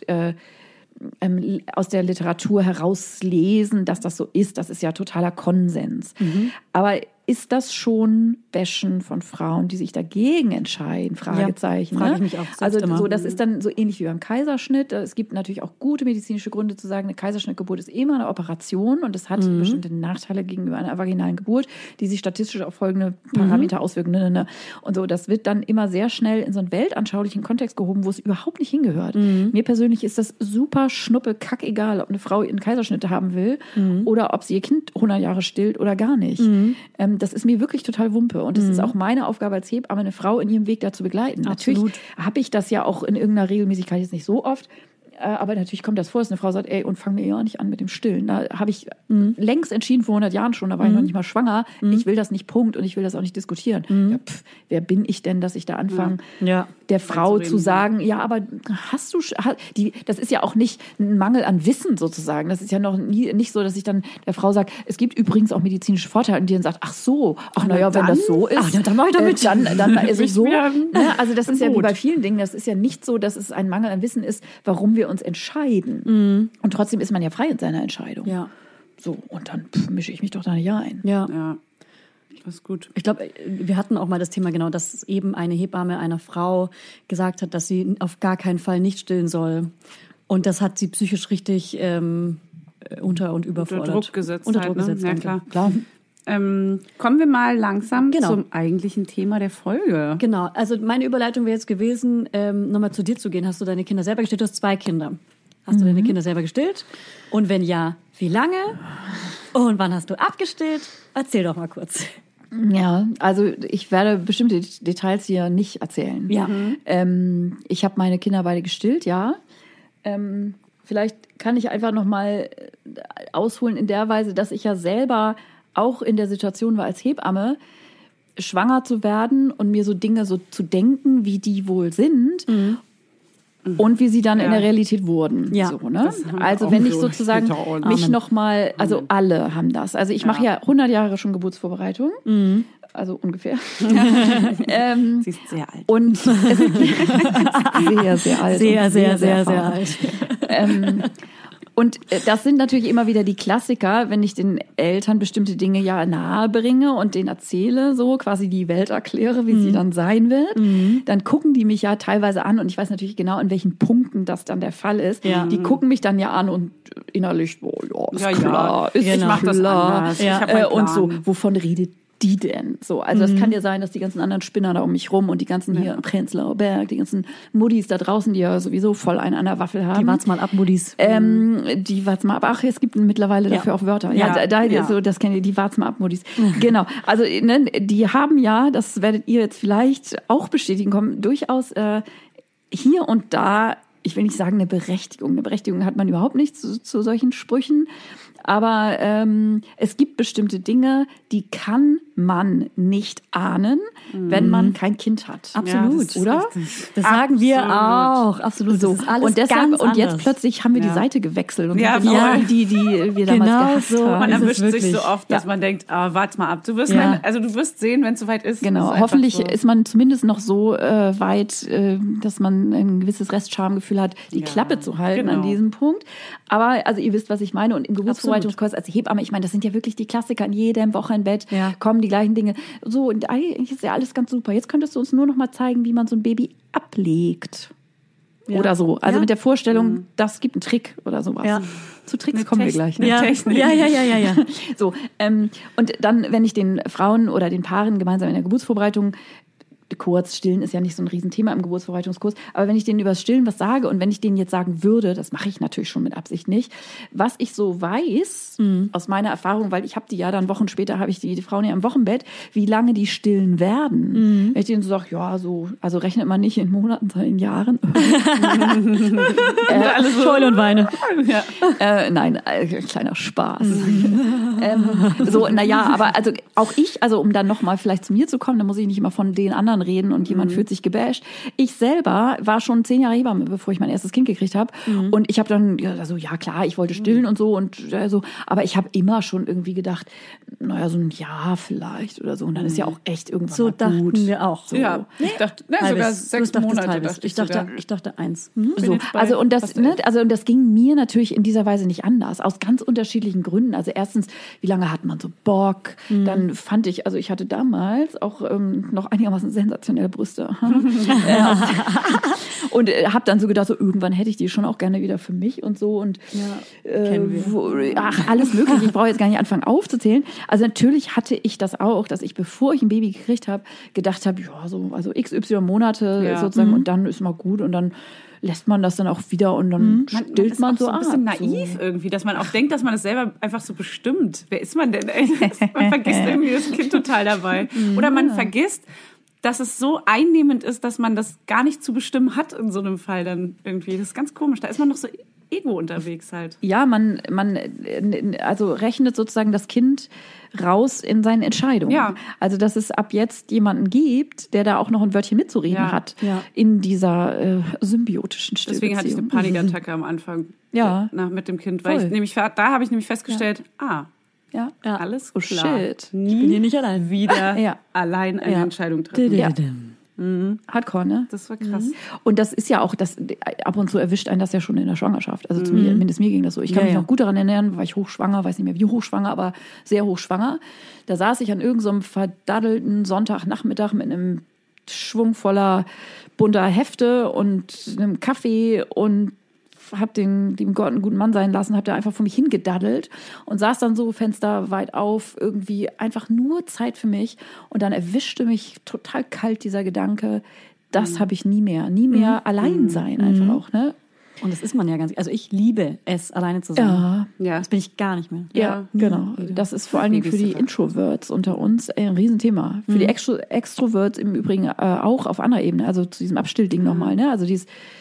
aus der Literatur herauslesen, dass das so ist. Das ist ja totaler Konsens. Aber ist das schon Bashen von Frauen, die sich dagegen entscheiden? Fragezeichen. Frage ich mich auch. Also so, das ist dann so ähnlich wie beim Kaiserschnitt. Es gibt natürlich auch gute medizinische Gründe zu sagen, eine Kaiserschnittgeburt ist immer eine Operation und es hat bestimmte Nachteile gegenüber einer vaginalen Geburt, die sich statistisch auf folgende Parameter auswirken. Und so, das wird dann immer sehr schnell in so einen weltanschaulichen Kontext gehoben, wo es überhaupt nicht hingehört. Mir persönlich ist das super schnuppe, kackegal, ob eine Frau einen Kaiserschnitt haben will oder ob sie ihr Kind 100 Jahre stillt oder gar nicht. Das ist mir wirklich total Wumpe. Und es ist auch meine Aufgabe als Hebamme, eine Frau in ihrem Weg da zu begleiten. Absolut. Natürlich habe ich das ja auch in irgendeiner Regelmäßigkeit jetzt nicht so oft. Aber natürlich kommt das vor, dass eine Frau sagt, ey, und fang mir ja nicht an mit dem Stillen. Da habe ich längst entschieden, vor 100 Jahren schon, da war ich noch nicht mal schwanger. Ich will das nicht, Punkt, und ich will das auch nicht diskutieren. Ja, wer bin ich denn, dass ich da anfange, der Frau zu sagen, ja, aber das ist ja auch nicht ein Mangel an Wissen sozusagen. Das ist ja noch nicht so, dass ich dann der Frau sage, es gibt übrigens auch medizinische Vorteile, und die dann sagt, wenn das so ist, dann mach ich damit. Dann ist es so. Also das ist ja wie bei vielen Dingen, das ist ja nicht so, dass es ein Mangel an Wissen ist, warum wir uns entscheiden. Und trotzdem ist man ja frei in seiner Entscheidung. Ja. So, und dann mische ich mich doch da nicht ein. Ja. Das ist gut. Ich glaube, wir hatten auch mal das Thema, genau, dass eben eine Hebamme einer Frau gesagt hat, dass sie auf gar keinen Fall nicht stillen soll. Und das hat sie psychisch richtig unter- und überfordert. Unter Druck gesetzt. Unter Druck gesetzt, ja, klar. Kommen wir mal langsam zum eigentlichen Thema der Folge. Genau, also meine Überleitung wäre jetzt gewesen, nochmal zu dir zu gehen. Hast du deine Kinder selber gestillt? Du hast 2 Kinder. Hast du deine Kinder selber gestillt? Und wenn ja, wie lange? Und wann hast du abgestillt? Erzähl doch mal kurz. Ja, also ich werde bestimmte Details hier nicht erzählen. Ja. Ich habe meine Kinder beide gestillt, ja. Vielleicht kann ich einfach noch mal ausholen in der Weise, dass ich ja selber auch in der Situation war als Hebamme, schwanger zu werden und mir so Dinge so zu denken, wie die wohl sind. Und wie sie dann in der Realität wurden. Ja. So, ne? Also wenn ich sozusagen mich nochmal, also alle haben das. Also ich mache ja 100 Jahre schon Geburtsvorbereitung. Also ungefähr. Sie ist sehr alt. Und es sehr, sehr alt. Sehr alt. Und das sind natürlich immer wieder die Klassiker, wenn ich den Eltern bestimmte Dinge ja nahe bringe und denen erzähle, so quasi die Welt erkläre, wie sie dann sein wird. Dann gucken die mich ja teilweise an und ich weiß natürlich genau, in welchen Punkten das dann der Fall ist. Ja. Die gucken mich dann ja an und innerlich, ist klar, ist ich mach das anders. Ich hab meinen Plan. Und so, wovon redet die denn? So, also es kann ja sein, dass die ganzen anderen Spinner da um mich rum und die ganzen hier im Prenzlauer Berg, die ganzen Muddis da draußen, die ja sowieso voll einen an der Waffel haben. Die wart's mal ab, Muddis. Die wart's mal ab. Ach, es gibt mittlerweile dafür auch Wörter. So, das kennt ihr, die wart's mal ab, Muddis. Genau. Also, ne, die haben ja, das werdet ihr jetzt vielleicht auch bestätigen kommen, durchaus hier und da, ich will nicht sagen eine Berechtigung. Eine Berechtigung hat man überhaupt nicht zu solchen Sprüchen. Aber es gibt bestimmte Dinge, die kann man nicht ahnen, wenn man kein Kind hat. Absolut, ja, oder? Das sagen wir auch. Absolut. So. Das ist alles und deshalb, ganz und jetzt anders. plötzlich haben wir die Seite gewechselt und ja, genau die wir damals gehasst haben. Man erwischt sich so oft, dass man denkt, warte mal ab. Du wirst du wirst sehen, wenn es soweit ist. Genau. Ist hoffentlich so. ist man zumindest noch so weit, dass man ein gewisses Restschamgefühl hat, die Klappe zu halten an diesem Punkt. Aber also ihr wisst, was ich meine. Und im Geburtsvorbereitungskurs als Hebamme, ich meine, das sind ja wirklich die Klassiker. In jedem Wochenbett kommen die gleichen Dinge. So, und eigentlich ist ja alles ganz super. Jetzt könntest du uns nur noch mal zeigen, wie man so ein Baby ablegt. Ja. Oder so. Also mit der Vorstellung, das gibt einen Trick oder sowas. Ja. Zu Tricks kommen wir gleich. Ne? Ja. Ja. So, und dann, wenn ich den Frauen oder den Paaren gemeinsam in der Geburtsvorbereitung kurz, Stillen ist ja nicht so ein Riesenthema im Geburtsvorbereitungskurs, aber wenn ich denen über das Stillen was sage und wenn ich denen jetzt sagen würde, das mache ich natürlich schon mit Absicht nicht, was ich so weiß, aus meiner Erfahrung, weil ich habe die ja dann Wochen später, habe ich die Frauen ja im Wochenbett, wie lange die stillen werden. Wenn ich denen so sage, ja, so, also rechnet man nicht in Monaten, sondern in Jahren. Alles Heul und Weine. Nein, kleiner Spaß. So, naja, aber also auch ich, also um dann nochmal vielleicht zu mir zu kommen, dann muss ich nicht immer von den anderen reden und jemand fühlt sich gebasht. Ich selber war schon 10 Jahre Hebamme, bevor ich mein erstes Kind gekriegt habe. Und ich habe dann so, ja klar, ich wollte stillen und so und so, aber ich habe immer schon irgendwie gedacht, naja, so ein Jahr vielleicht oder so. Und dann ist ja auch echt irgendwann so mal gut. Dachten wir auch. So. Ja, ich dachte, sogar 6 Monate. Ich dachte 1. So, also und das, und das ging mir natürlich in dieser Weise nicht anders, aus ganz unterschiedlichen Gründen. Also erstens, wie lange hat man so Bock? Dann fand ich, also ich hatte damals auch noch einigermaßen sensationelle Brüste. Und habe dann so gedacht, so irgendwann hätte ich die schon auch gerne wieder für mich und so. Und alles mögliche. Ich brauche jetzt gar nicht anfangen aufzuzählen. Also natürlich hatte ich das auch, dass ich, bevor ich ein Baby gekriegt habe, gedacht habe, ja, so also XY Monate sozusagen und dann ist mal gut und dann lässt man das dann auch wieder und dann stillt man so ab. Das ist ein bisschen naiv irgendwie, dass man auch denkt, dass man das selber einfach so bestimmt. Wer ist man denn? Man vergisst irgendwie das Kind total dabei. Oder man vergisst, dass es so einnehmend ist, dass man das gar nicht zu bestimmen hat in so einem Fall dann irgendwie. Das ist ganz komisch. Da ist man noch so Ego unterwegs halt. Ja, man also rechnet sozusagen das Kind raus in seinen Entscheidungen. Ja. Also, dass es ab jetzt jemanden gibt, der da auch noch ein Wörtchen mitzureden hat in dieser symbiotischen Stillbeziehung. Deswegen hatte ich eine Panikattacke am Anfang mit dem Kind, weil da habe ich nämlich festgestellt, alles klar. Shit. Ich bin hier nicht allein. Wieder allein eine Entscheidung treffen. Ja. Hardcore, ne? Das war krass. Und das ist ja auch, ab und zu erwischt einen das ja schon in der Schwangerschaft. Also zumindest mir ging das so. Ich kann mich noch gut daran erinnern, war ich hochschwanger, weiß nicht mehr wie hochschwanger, aber sehr hochschwanger. Da saß ich an irgendeinem verdaddelten Sonntagnachmittag mit einem Schwung voller bunter Hefte und einem Kaffee und habe dem Gott einen guten Mann sein lassen, habe da einfach vor mich hingedaddelt und saß dann so Fenster weit auf, irgendwie einfach nur Zeit für mich und dann erwischte mich total kalt dieser Gedanke, das habe ich nie mehr allein sein einfach auch, ne? Und das ist man ja ganz, also ich liebe es, alleine zu sein. Ja. Das bin ich gar nicht mehr. Ja, genau. Das ist vor allen Dingen für die Introverts unter uns ein Riesenthema. Für die Extroverts im Übrigen auch auf anderer Ebene, also zu diesem Abstillding nochmal, ne? Also dieses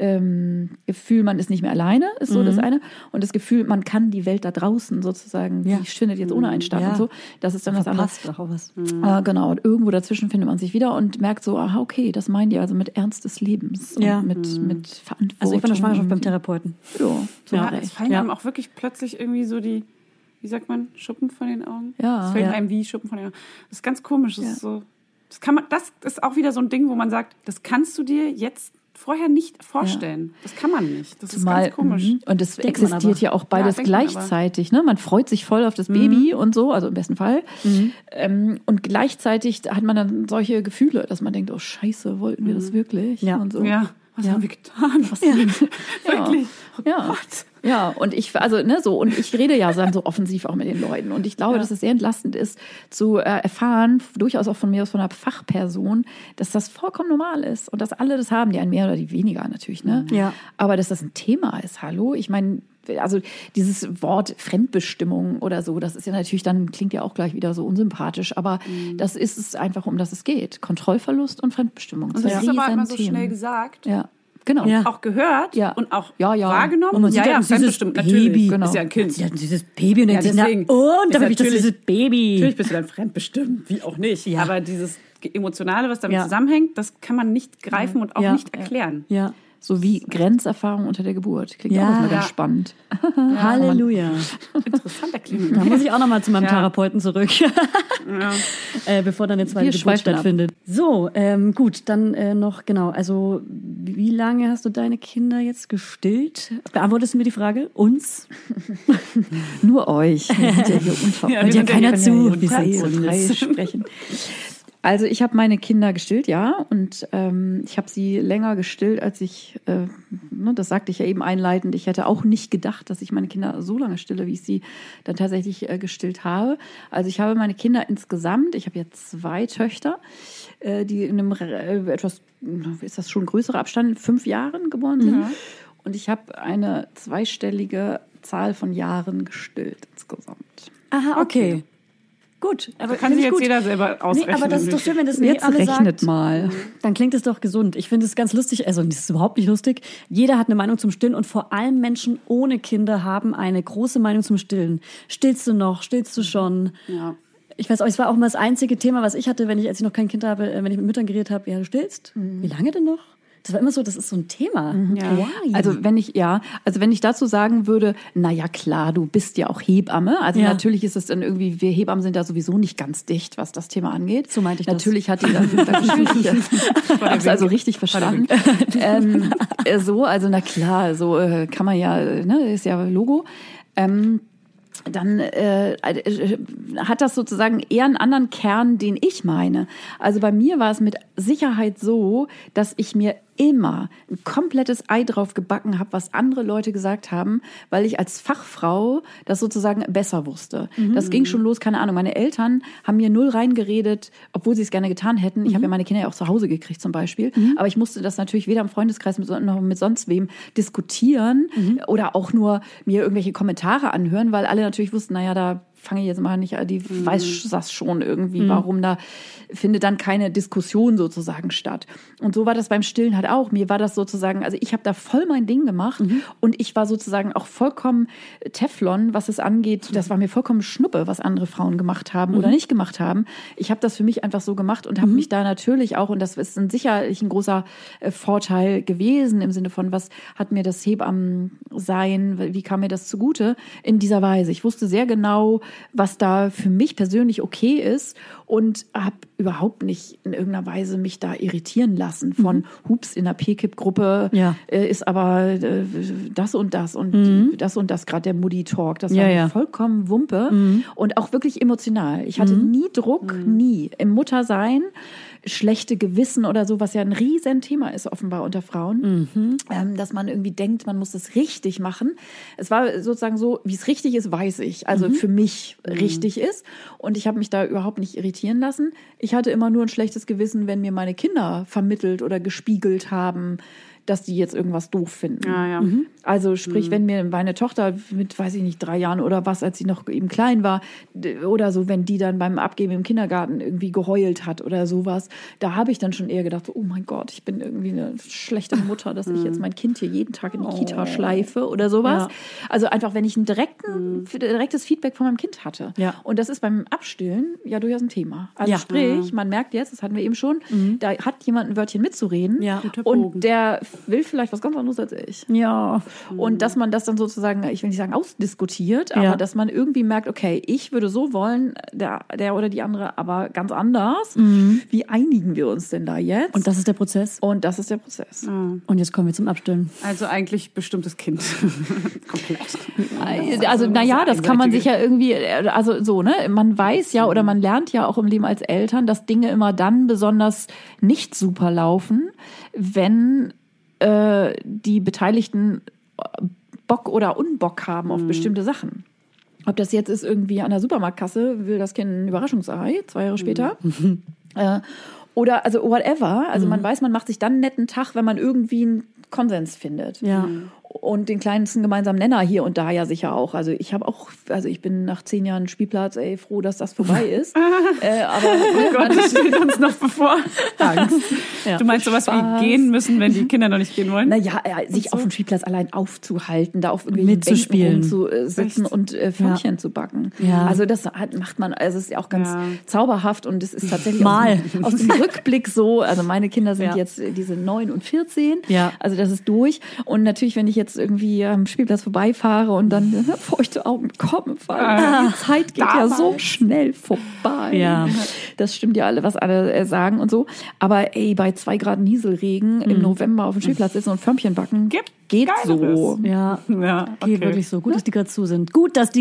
Gefühl, man ist nicht mehr alleine, ist so das eine. Und das Gefühl, man kann die Welt da draußen sozusagen, die findet jetzt ohne einen statt und so. Das ist dann das andere. Passt doch auch was. Genau. Und irgendwo dazwischen findet man sich wieder und merkt so, aha, okay, das meint ihr also mit Ernst des Lebens und mit Verantwortung. Also ich war in der Schwangerschaft beim Therapeuten. Es fallen einem auch wirklich plötzlich irgendwie so die, wie sagt man, Schuppen von den Augen? Ja. Es fällt einem wie Schuppen von den Augen. Das ist ganz komisch. Das ist so, das ist auch wieder so ein Ding, wo man sagt, das kannst du dir jetzt vorher nicht vorstellen. Das kann man nicht. Das ist ganz komisch. Und es existiert ja auch beides gleichzeitig. Ne? Man freut sich voll auf das Baby und so, also im besten Fall. Und gleichzeitig hat man dann solche Gefühle, dass man denkt, oh Scheiße, wollten wir das wirklich? Ja. Und so. Was haben wir getan? Wirklich? Oh Gott. Ja, und ich rede ja dann so offensiv auch mit den Leuten. Und ich glaube, dass es sehr entlastend ist, zu erfahren, durchaus auch von mir aus von einer Fachperson, dass das vollkommen normal ist und dass alle das haben, die einen mehr oder die weniger natürlich, ne? Ja. Aber dass das ein Thema ist, hallo? Ich meine, also dieses Wort Fremdbestimmung oder so, das ist ja natürlich dann, klingt ja auch gleich wieder so unsympathisch, aber das ist es einfach, um das es geht. Kontrollverlust und Fremdbestimmung. Und das ist aber immer so schnell gesagt. Ja. Genau. Ja. Auch gehört und auch wahrgenommen. Und man sieht fremdbestimmt, natürlich. Genau. Ist ja ein Kind. Sie hat dieses Baby und denkt sich, deswegen und dann habe ich das dieses Baby. Natürlich bist du dann fremdbestimmt, wie auch nicht. Ja. Aber dieses Emotionale, was damit zusammenhängt, das kann man nicht greifen und auch nicht erklären. Ja. So wie Grenzerfahrung unter der Geburt. Klingt auch mal ganz spannend. Halleluja. Interessant erklären. Da muss ich auch noch mal zu meinem Therapeuten zurück. Bevor dann jetzt zweite Geburt stattfindet. So, gut, dann noch, genau. Also, wie lange hast du deine Kinder jetzt gestillt? Beantwortest du mir die Frage? Uns? Nur euch. Wir sind ja hier hört ja keiner zu. Wir frei sprechen. Also ich habe meine Kinder gestillt, und ich habe sie länger gestillt, als ich, das sagte ich ja eben einleitend, ich hätte auch nicht gedacht, dass ich meine Kinder so lange stille, wie ich sie dann tatsächlich gestillt habe. Also ich habe meine Kinder insgesamt, ich habe jetzt 2 Töchter, die in einem etwas, ist das schon größerer Abstand, 5 Jahren geboren sind. Und ich habe eine 2-stellige Zahl von Jahren gestillt insgesamt. Aha, okay. Gut, aber kann sich jetzt jeder selber ausrechnen. Nee, aber das ist doch schön, wenn das jetzt alle rechnet sagt. Mal. Dann klingt es doch gesund. Ich finde es ganz lustig, also das ist überhaupt nicht lustig. Jeder hat eine Meinung zum Stillen und vor allem Menschen ohne Kinder haben eine große Meinung zum Stillen. Stillst du noch? Stillst du schon? Ja. Ich weiß auch, es war auch mal das einzige Thema, was ich hatte, als ich noch kein Kind habe, wenn ich mit Müttern geredet habe, du stillst? Wie lange denn noch? Das war immer so, das ist so ein Thema. Ja. Why? Also wenn ich dazu sagen würde, na klar, du bist ja auch Hebamme. Also natürlich ist es dann irgendwie, wir Hebammen sind da sowieso nicht ganz dicht, was das Thema angeht. So meinte ich natürlich das. Natürlich hat die dann hab's also richtig verstanden. Also na klar, so kann man ja, ist ja Logo. Dann hat das sozusagen eher einen anderen Kern, den ich meine. Also bei mir war es mit Sicherheit so, dass ich mir immer ein komplettes Ei drauf gebacken habe, was andere Leute gesagt haben, weil ich als Fachfrau das sozusagen besser wusste. Das ging schon los, keine Ahnung. Meine Eltern haben mir null reingeredet, obwohl sie es gerne getan hätten. Ich habe ja meine Kinder ja auch zu Hause gekriegt zum Beispiel. Aber ich musste das natürlich weder im Freundeskreis noch mit sonst wem diskutieren oder auch nur mir irgendwelche Kommentare anhören, weil alle natürlich wussten, da fange ich jetzt mal nicht an, die weiß das schon irgendwie, warum da findet dann keine Diskussion sozusagen statt. Und so war das beim Stillen halt auch. Mir war das sozusagen, also ich habe da voll mein Ding gemacht und ich war sozusagen auch vollkommen Teflon, was es angeht. Das war mir vollkommen Schnuppe, was andere Frauen gemacht haben oder nicht gemacht haben. Ich habe das für mich einfach so gemacht und habe mich da natürlich auch, und das ist sicherlich ein großer Vorteil gewesen im Sinne von, was hat mir das Hebammensein, wie kam mir das zugute in dieser Weise. Ich wusste sehr genau, was da für mich persönlich okay ist und habe überhaupt nicht in irgendeiner Weise mich da irritieren lassen von Hups, in der PKIP-Gruppe ist aber das und das und das und das, gerade der Moody-Talk, das war mir vollkommen Wumpe und auch wirklich emotional. Ich hatte nie Druck, nie im Muttersein, schlechte Gewissen oder so, was ja ein Riesenthema ist offenbar unter Frauen, dass man irgendwie denkt, man muss das richtig machen. Es war sozusagen so, wie es richtig ist, weiß ich. Also für mich richtig ist. Und ich habe mich da überhaupt nicht irritieren lassen. Ich hatte immer nur ein schlechtes Gewissen, wenn mir meine Kinder vermittelt oder gespiegelt haben, dass die jetzt irgendwas doof finden. Ja. Also sprich, wenn mir meine Tochter mit, weiß ich nicht, 3 Jahren oder was, als sie noch eben klein war, oder so, wenn die dann beim Abgeben im Kindergarten irgendwie geheult hat oder sowas, da habe ich dann schon eher gedacht, so, oh mein Gott, ich bin irgendwie eine schlechte Mutter, dass ich jetzt mein Kind hier jeden Tag in die Kita schleife oder sowas. Ja. Also einfach, wenn ich ein direktes Feedback von meinem Kind hatte. Ja. Und das ist beim Abstillen ja durchaus ein Thema. Also sprich, man merkt jetzt, das hatten wir eben schon, da hat jemand ein Wörtchen mitzureden und der will vielleicht was ganz anderes als ich. Ja. Und dass man das dann sozusagen, ich will nicht sagen ausdiskutiert, aber dass man irgendwie merkt, okay, ich würde so wollen, der oder die andere aber ganz anders. Wie einigen wir uns denn da jetzt? Und das ist der Prozess? Und das ist der Prozess. Und jetzt kommen wir zum Abstillen. Also eigentlich bestimmtes Kind. Komplett. Also naja, das kann man sich ja irgendwie, also so, ne? Man weiß ja oder man lernt ja auch im Leben als Eltern, dass Dinge immer dann besonders nicht super laufen, wenn die Beteiligten Bock oder Unbock haben auf bestimmte Sachen. Ob das jetzt ist irgendwie an der Supermarktkasse, will das Kind ein Überraschungsei, 2 Jahre später. Oder also whatever. Also man weiß, man macht sich dann einen netten Tag, wenn man irgendwie einen Konsens findet. Ja. Und den kleinsten gemeinsamen Nenner hier und da ja sicher auch. Also ich bin nach 10 Jahren Spielplatz, froh, dass das vorbei ist. Aber oh Gott, das steht uns noch bevor. Angst. Ja. Du meinst sowas wie gehen müssen, wenn die Kinder noch nicht gehen wollen? Naja, sich auf dem Spielplatz allein aufzuhalten, da auf irgendwelchen Bänken rumzusitzen und Förmchen zu backen. Ja. Also das macht man, also es ist ja auch ganz zauberhaft und es ist tatsächlich aus dem Rückblick so, also meine Kinder sind jetzt diese 9 und 14, also das ist durch. Und natürlich, wenn ich jetzt irgendwie am Spielplatz vorbeifahre und dann feuchte Augen kommen, weil die Zeit geht ja so schnell vorbei. Ja. Das stimmt ja alle, was alle sagen und so. Aber bei 2 Grad Nieselregen im November auf dem Spielplatz sitzen und Förmchen backen, geht so. Ja, geht wirklich so. Gut, dass die gerade zu sind.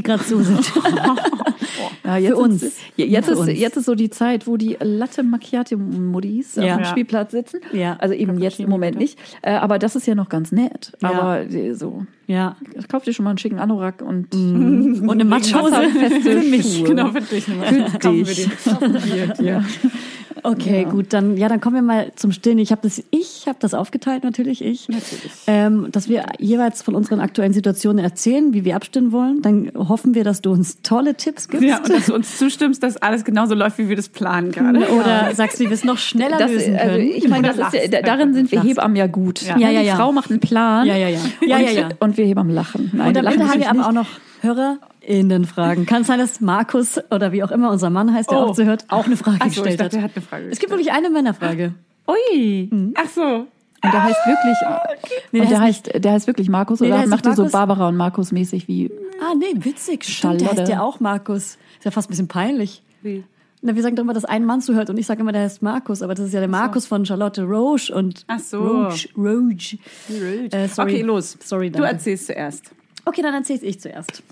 Ja, jetzt ist so die Zeit, wo die Latte Macchiato-Modis auf dem Spielplatz sitzen. Ja. Also eben jetzt im Moment nicht. Aber das ist ja noch ganz nett. Aber so. Ja. Kauf dir schon mal einen schicken Anorak und eine Matschhose für mich. Genau, für dich. Für dich. Ja. Okay, gut, dann kommen wir mal zum Stillen. Ich habe das aufgeteilt, natürlich. Dass wir jeweils von unseren aktuellen Situationen erzählen, wie wir abstimmen wollen. Dann hoffen wir, dass du uns tolle Tipps gibst. Ja, und dass du uns zustimmst, dass alles genauso läuft, wie wir das planen gerade. Oder sagst du, wie wir es noch schneller lösen können. Also ich meine, darin sind wir Hebammen ja gut. Ja. Die Frau macht einen Plan. Ja. Und wir Hebammen lachen. Nein, und am Ende haben wir aber auch noch HörerInnen-Fragen. Kann es sein, dass Markus oder wie auch immer unser Mann heißt, der auch zuhört, auch eine Frage gestellt hat? Der hat eine Frage gestellt. Es gibt wirklich eine Männerfrage. Ui. Ach so. Und der heißt wirklich, der heißt wirklich Markus, oder macht ihr so Barbara und Markus mäßig wie? Ah, nee, witzig. Stimmt, der heißt ja auch Markus. Ist ja fast ein bisschen peinlich. Wie? Na, wir sagen doch immer, dass ein Mann zuhört und ich sage immer, der heißt Markus, aber das ist ja der Markus von Charlotte Roche und Roche. Sorry. Okay, los. Sorry, du erzählst zuerst. Okay, dann erzähle ich zuerst.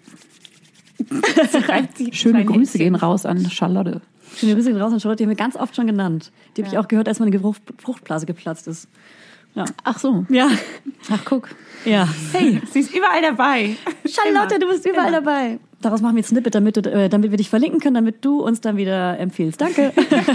Schöne Grüße gehen raus an Charlotte. Schöne Grüße gehen raus an Charlotte, die haben wir ganz oft schon genannt. Die habe ich auch gehört, als meine Fruchtblase geplatzt ist. Ja. Ach so. Ja. Ach, guck. Ja. Hey, sie ist überall dabei. Charlotte, du bist überall dabei. Daraus machen wir jetzt Snippet, damit wir dich verlinken können, damit du uns dann wieder empfiehlst. Danke.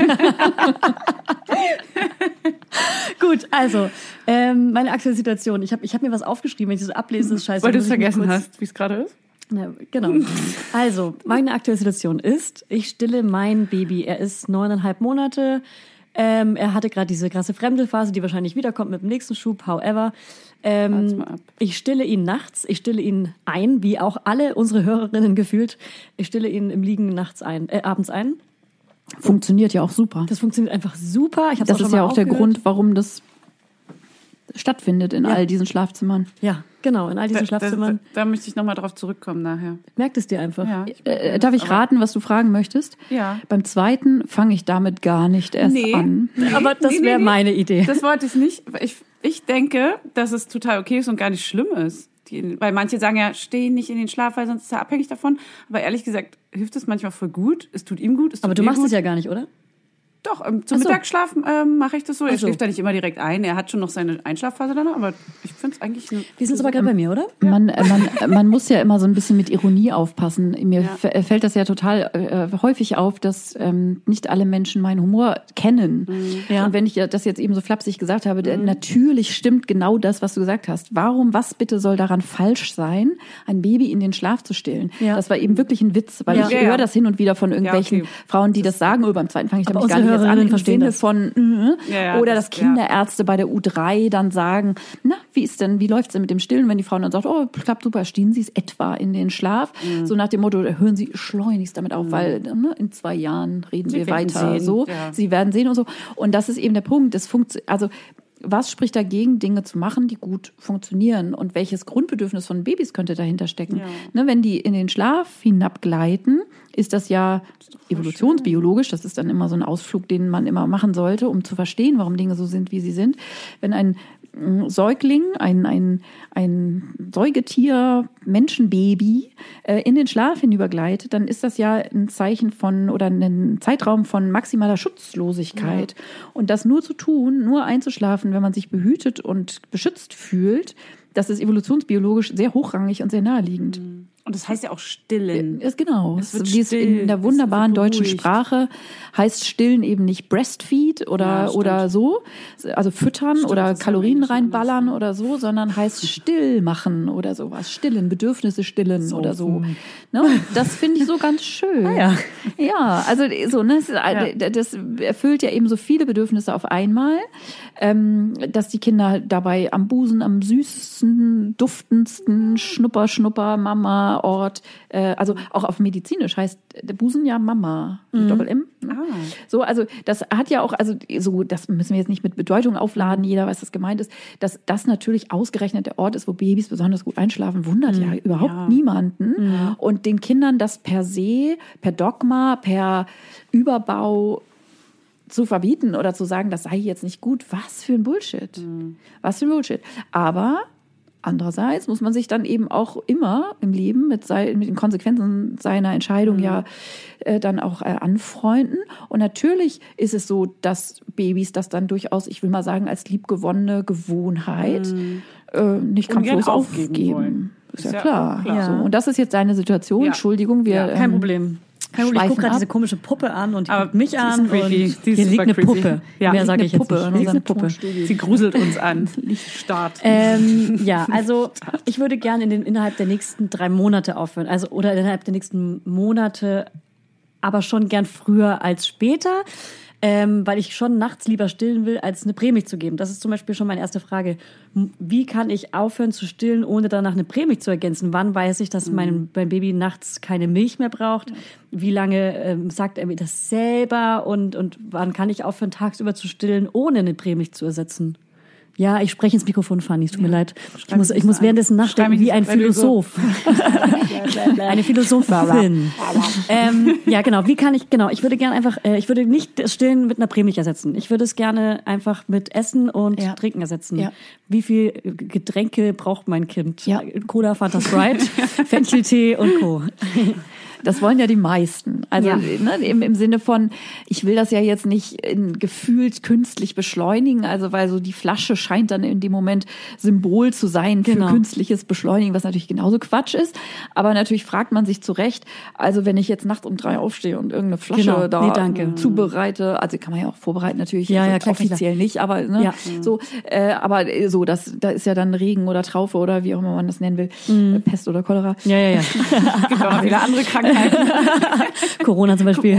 Gut, also, meine aktuelle Situation. Ich hab mir was aufgeschrieben, wenn ich das so ablese, ist scheiße. Weil du es vergessen hast, wie es gerade ist? Ja, genau. Also, meine aktuelle Situation ist, ich stille mein Baby. Er ist 9,5 Monate. Er hatte gerade diese krasse Fremdelphase, die wahrscheinlich wiederkommt mit dem nächsten Schub, however. Ich stille ihn nachts, ich stille ihn ein, wie auch alle unsere Hörerinnen gefühlt. Ich stille ihn im Liegen abends ein. Funktioniert ja auch super. Das funktioniert einfach super. Das ist ja auch der Grund, warum das stattfindet in all diesen Schlafzimmern. Ja, genau, in all diesen Schlafzimmern. Da möchte ich nochmal drauf zurückkommen nachher. Merkt es dir einfach. Ja. Darf ich raten, was du fragen möchtest? Ja. Beim zweiten fange ich damit gar nicht erst an. Aber das wäre meine Idee. Das wollte ich nicht. Ich denke, dass es total okay ist und gar nicht schlimm ist. Weil manche sagen ja, steh nicht in den Schlaf, weil sonst ist er abhängig davon. Aber ehrlich gesagt, hilft es manchmal voll gut. Es tut ihm gut, es tut aber du machst es ja gar nicht, oder? Doch, zum Mittagsschlaf mache ich das so. Er schläft da nicht immer direkt ein. Er hat schon noch seine Einschlafphase danach, aber ich finde es eigentlich... Wir sind es aber gerade bei mir, oder? Ja. Man muss ja immer so ein bisschen mit Ironie aufpassen. Mir fällt das ja total häufig auf, dass nicht alle Menschen meinen Humor kennen. Ja. Und wenn ich das jetzt eben so flapsig gesagt habe, natürlich stimmt genau das, was du gesagt hast. Was bitte soll daran falsch sein, ein Baby in den Schlaf zu stillen? Ja. Das war eben wirklich ein Witz, weil ich höre das hin und wieder von irgendwelchen Frauen, die das sagen, beim zweiten fange ich damit gar nicht jetzt an, im Sinne von oder dass Kinderärzte bei der U3 dann sagen, na, wie läuft's denn mit dem Stillen? Wenn die Frau dann sagt, oh, klappt super, stillen Sie es etwa in den Schlaf? So nach dem Motto, hören Sie schleunigst damit auf, weil in 2 Jahren reden wir weiter. So, Sie werden sehen und so. Und das ist eben der Punkt. Also was spricht dagegen, Dinge zu machen, die gut funktionieren? Und welches Grundbedürfnis von Babys könnte dahinter stecken? Ja. Ne, wenn die in den Schlaf hinabgleiten, ist das ja evolutionsbiologisch. Das ist dann immer so ein Ausflug, den man immer machen sollte, um zu verstehen, warum Dinge so sind, wie sie sind. Wenn ein Säugling, ein Säugetier, Menschenbaby in den Schlaf hinübergleitet, dann ist das ja ein Zeichen von oder ein Zeitraum von maximaler Schutzlosigkeit. Ja. Und das nur zu tun, nur einzuschlafen, wenn man sich behütet und beschützt fühlt, das ist evolutionsbiologisch sehr hochrangig und sehr naheliegend. Und das heißt ja auch stillen. Genau. Wie es in der wunderbaren deutschen Sprache heißt stillen eben nicht breastfeed oder so, also füttern oder Kalorien reinballern oder so, sondern heißt still machen oder sowas. Stillen, Bedürfnisse stillen oder so. Ne? Das finde ich so ganz schön. Ja, also so, ne, das erfüllt ja eben so viele Bedürfnisse auf einmal, dass die Kinder dabei am Busen, am süßesten, duftendsten Schnupper, Mama, Ort, also auch auf medizinisch heißt der Busen ja Mama, Doppel-M. So, also das hat ja auch, also so, das müssen wir jetzt nicht mit Bedeutung aufladen, jeder weiß, was gemeint ist, dass das natürlich ausgerechnet der Ort ist, wo Babys besonders gut einschlafen, wundert ja überhaupt niemanden. Und den Kindern das per se, per Dogma, per Überbau zu verbieten oder zu sagen, das sei jetzt nicht gut, was für ein Bullshit. Was für ein Bullshit. Aber andererseits muss man sich dann eben auch immer im Leben mit den Konsequenzen seiner Entscheidung dann auch anfreunden. Und natürlich ist es so, dass Babys das dann durchaus, ich will mal sagen, als liebgewonnene Gewohnheit nicht kampflos aufgeben wollen. Ist ja klar. Ja. So. Und das ist jetzt deine Situation. Ja. Entschuldigung, kein Problem. Ich gucke gerade diese komische Puppe an und die guckt mich an. Und hier liegt eine Puppe. Ja, mehr sage ich jetzt nicht. Eine Puppe. Sie gruselt uns an. Lichtstart. Ja, also ich würde gerne innerhalb der nächsten 3 Monate aufhören. Also oder innerhalb der nächsten Monate, aber schon gern früher als später. Weil ich schon nachts lieber stillen will, als eine Prämie zu geben. Das ist zum Beispiel schon meine erste Frage. Wie kann ich aufhören zu stillen, ohne danach eine Prämie zu ergänzen? Wann weiß ich, dass mein Baby nachts keine Milch mehr braucht? Wie lange sagt er mir das selber? Und wann kann ich aufhören, tagsüber zu stillen, ohne eine Prämie zu ersetzen? Ja, ich spreche ins Mikrofon, Fanny, es tut mir leid. Ich muss währenddessen nachdenken wie ein Philosoph. Eine Philosophin. Ja, genau. Ich würde gerne einfach, ich würde nicht das Stillen mit einer Prämie ersetzen. Ich würde es gerne einfach mit Essen und Trinken ersetzen. Ja. Wie viel Getränke braucht mein Kind? Ja. Cola, Fanta Sprite, Fencheltee und Co. Das wollen ja die meisten. Also im Sinne von, ich will das ja jetzt nicht gefühlt künstlich beschleunigen, also weil so die Flasche scheint dann in dem Moment Symbol zu sein für künstliches Beschleunigen, was natürlich genauso Quatsch ist. Aber natürlich fragt man sich zu Recht, also wenn ich jetzt nachts um 3 aufstehe und irgendeine Flasche zubereite, also kann man ja auch vorbereiten natürlich, klar, offiziell nicht, aber aber so, da ist ja dann Regen oder Traufe oder wie auch immer man das nennen will, Pest oder Cholera. Ja. Es gibt auch noch viele andere Krankheiten. Corona zum Beispiel.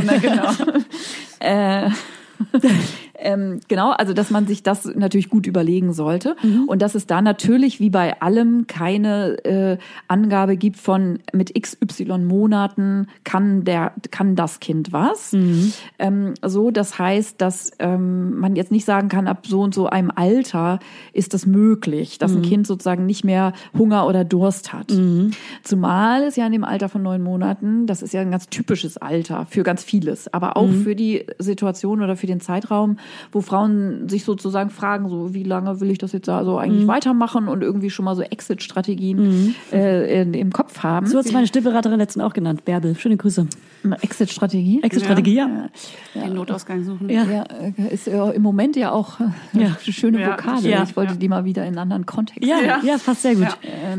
Genau, also dass man sich das natürlich gut überlegen sollte und dass es da natürlich wie bei allem keine Angabe gibt von mit XY Monaten kann das Kind was. So, das heißt, dass man jetzt nicht sagen kann, ab so und so einem Alter ist das möglich, dass ein Kind sozusagen nicht mehr Hunger oder Durst hat. Zumal es ja in dem Alter von 9 Monaten, das ist ja ein ganz typisches Alter für ganz vieles, aber auch für die Situation oder für den Zeitraum, wo Frauen sich sozusagen fragen, so wie lange will ich das jetzt also eigentlich weitermachen und irgendwie schon mal so Exit-Strategien im Kopf haben. So hat meine Stillberaterin letztens auch genannt, Bärbel. Schöne Grüße. Exit-Strategie? Exit-Strategie, ja. Den Notausgang suchen. Ja, ist im Moment ja auch eine schöne Vokabel. Ja. Ich wollte die mal wieder in einen anderen Kontext. Ja, passt sehr gut.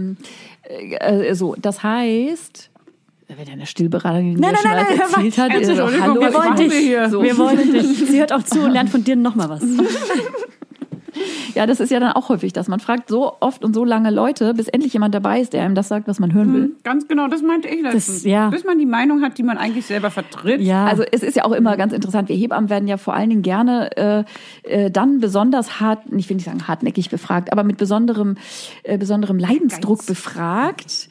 So, das heißt, wenn deine Stillberaterin Nein, erzählt hat, Entschuldigung, wir wollen dich. So. Wir wollen dich. Sie hört auch zu und lernt von dir nochmal was. Ja, das ist ja dann auch häufig, dass man fragt so oft und so lange Leute, bis endlich jemand dabei ist, der einem das sagt, was man hören will. Ganz genau, das meinte ich letztens. Ja. Bis man die Meinung hat, die man eigentlich selber vertritt. Ja. Also es ist ja auch immer ganz interessant, wir Hebammen werden ja vor allen Dingen gerne dann besonders ich will nicht sagen hartnäckig befragt, aber mit besonderem Leidensdruck befragt.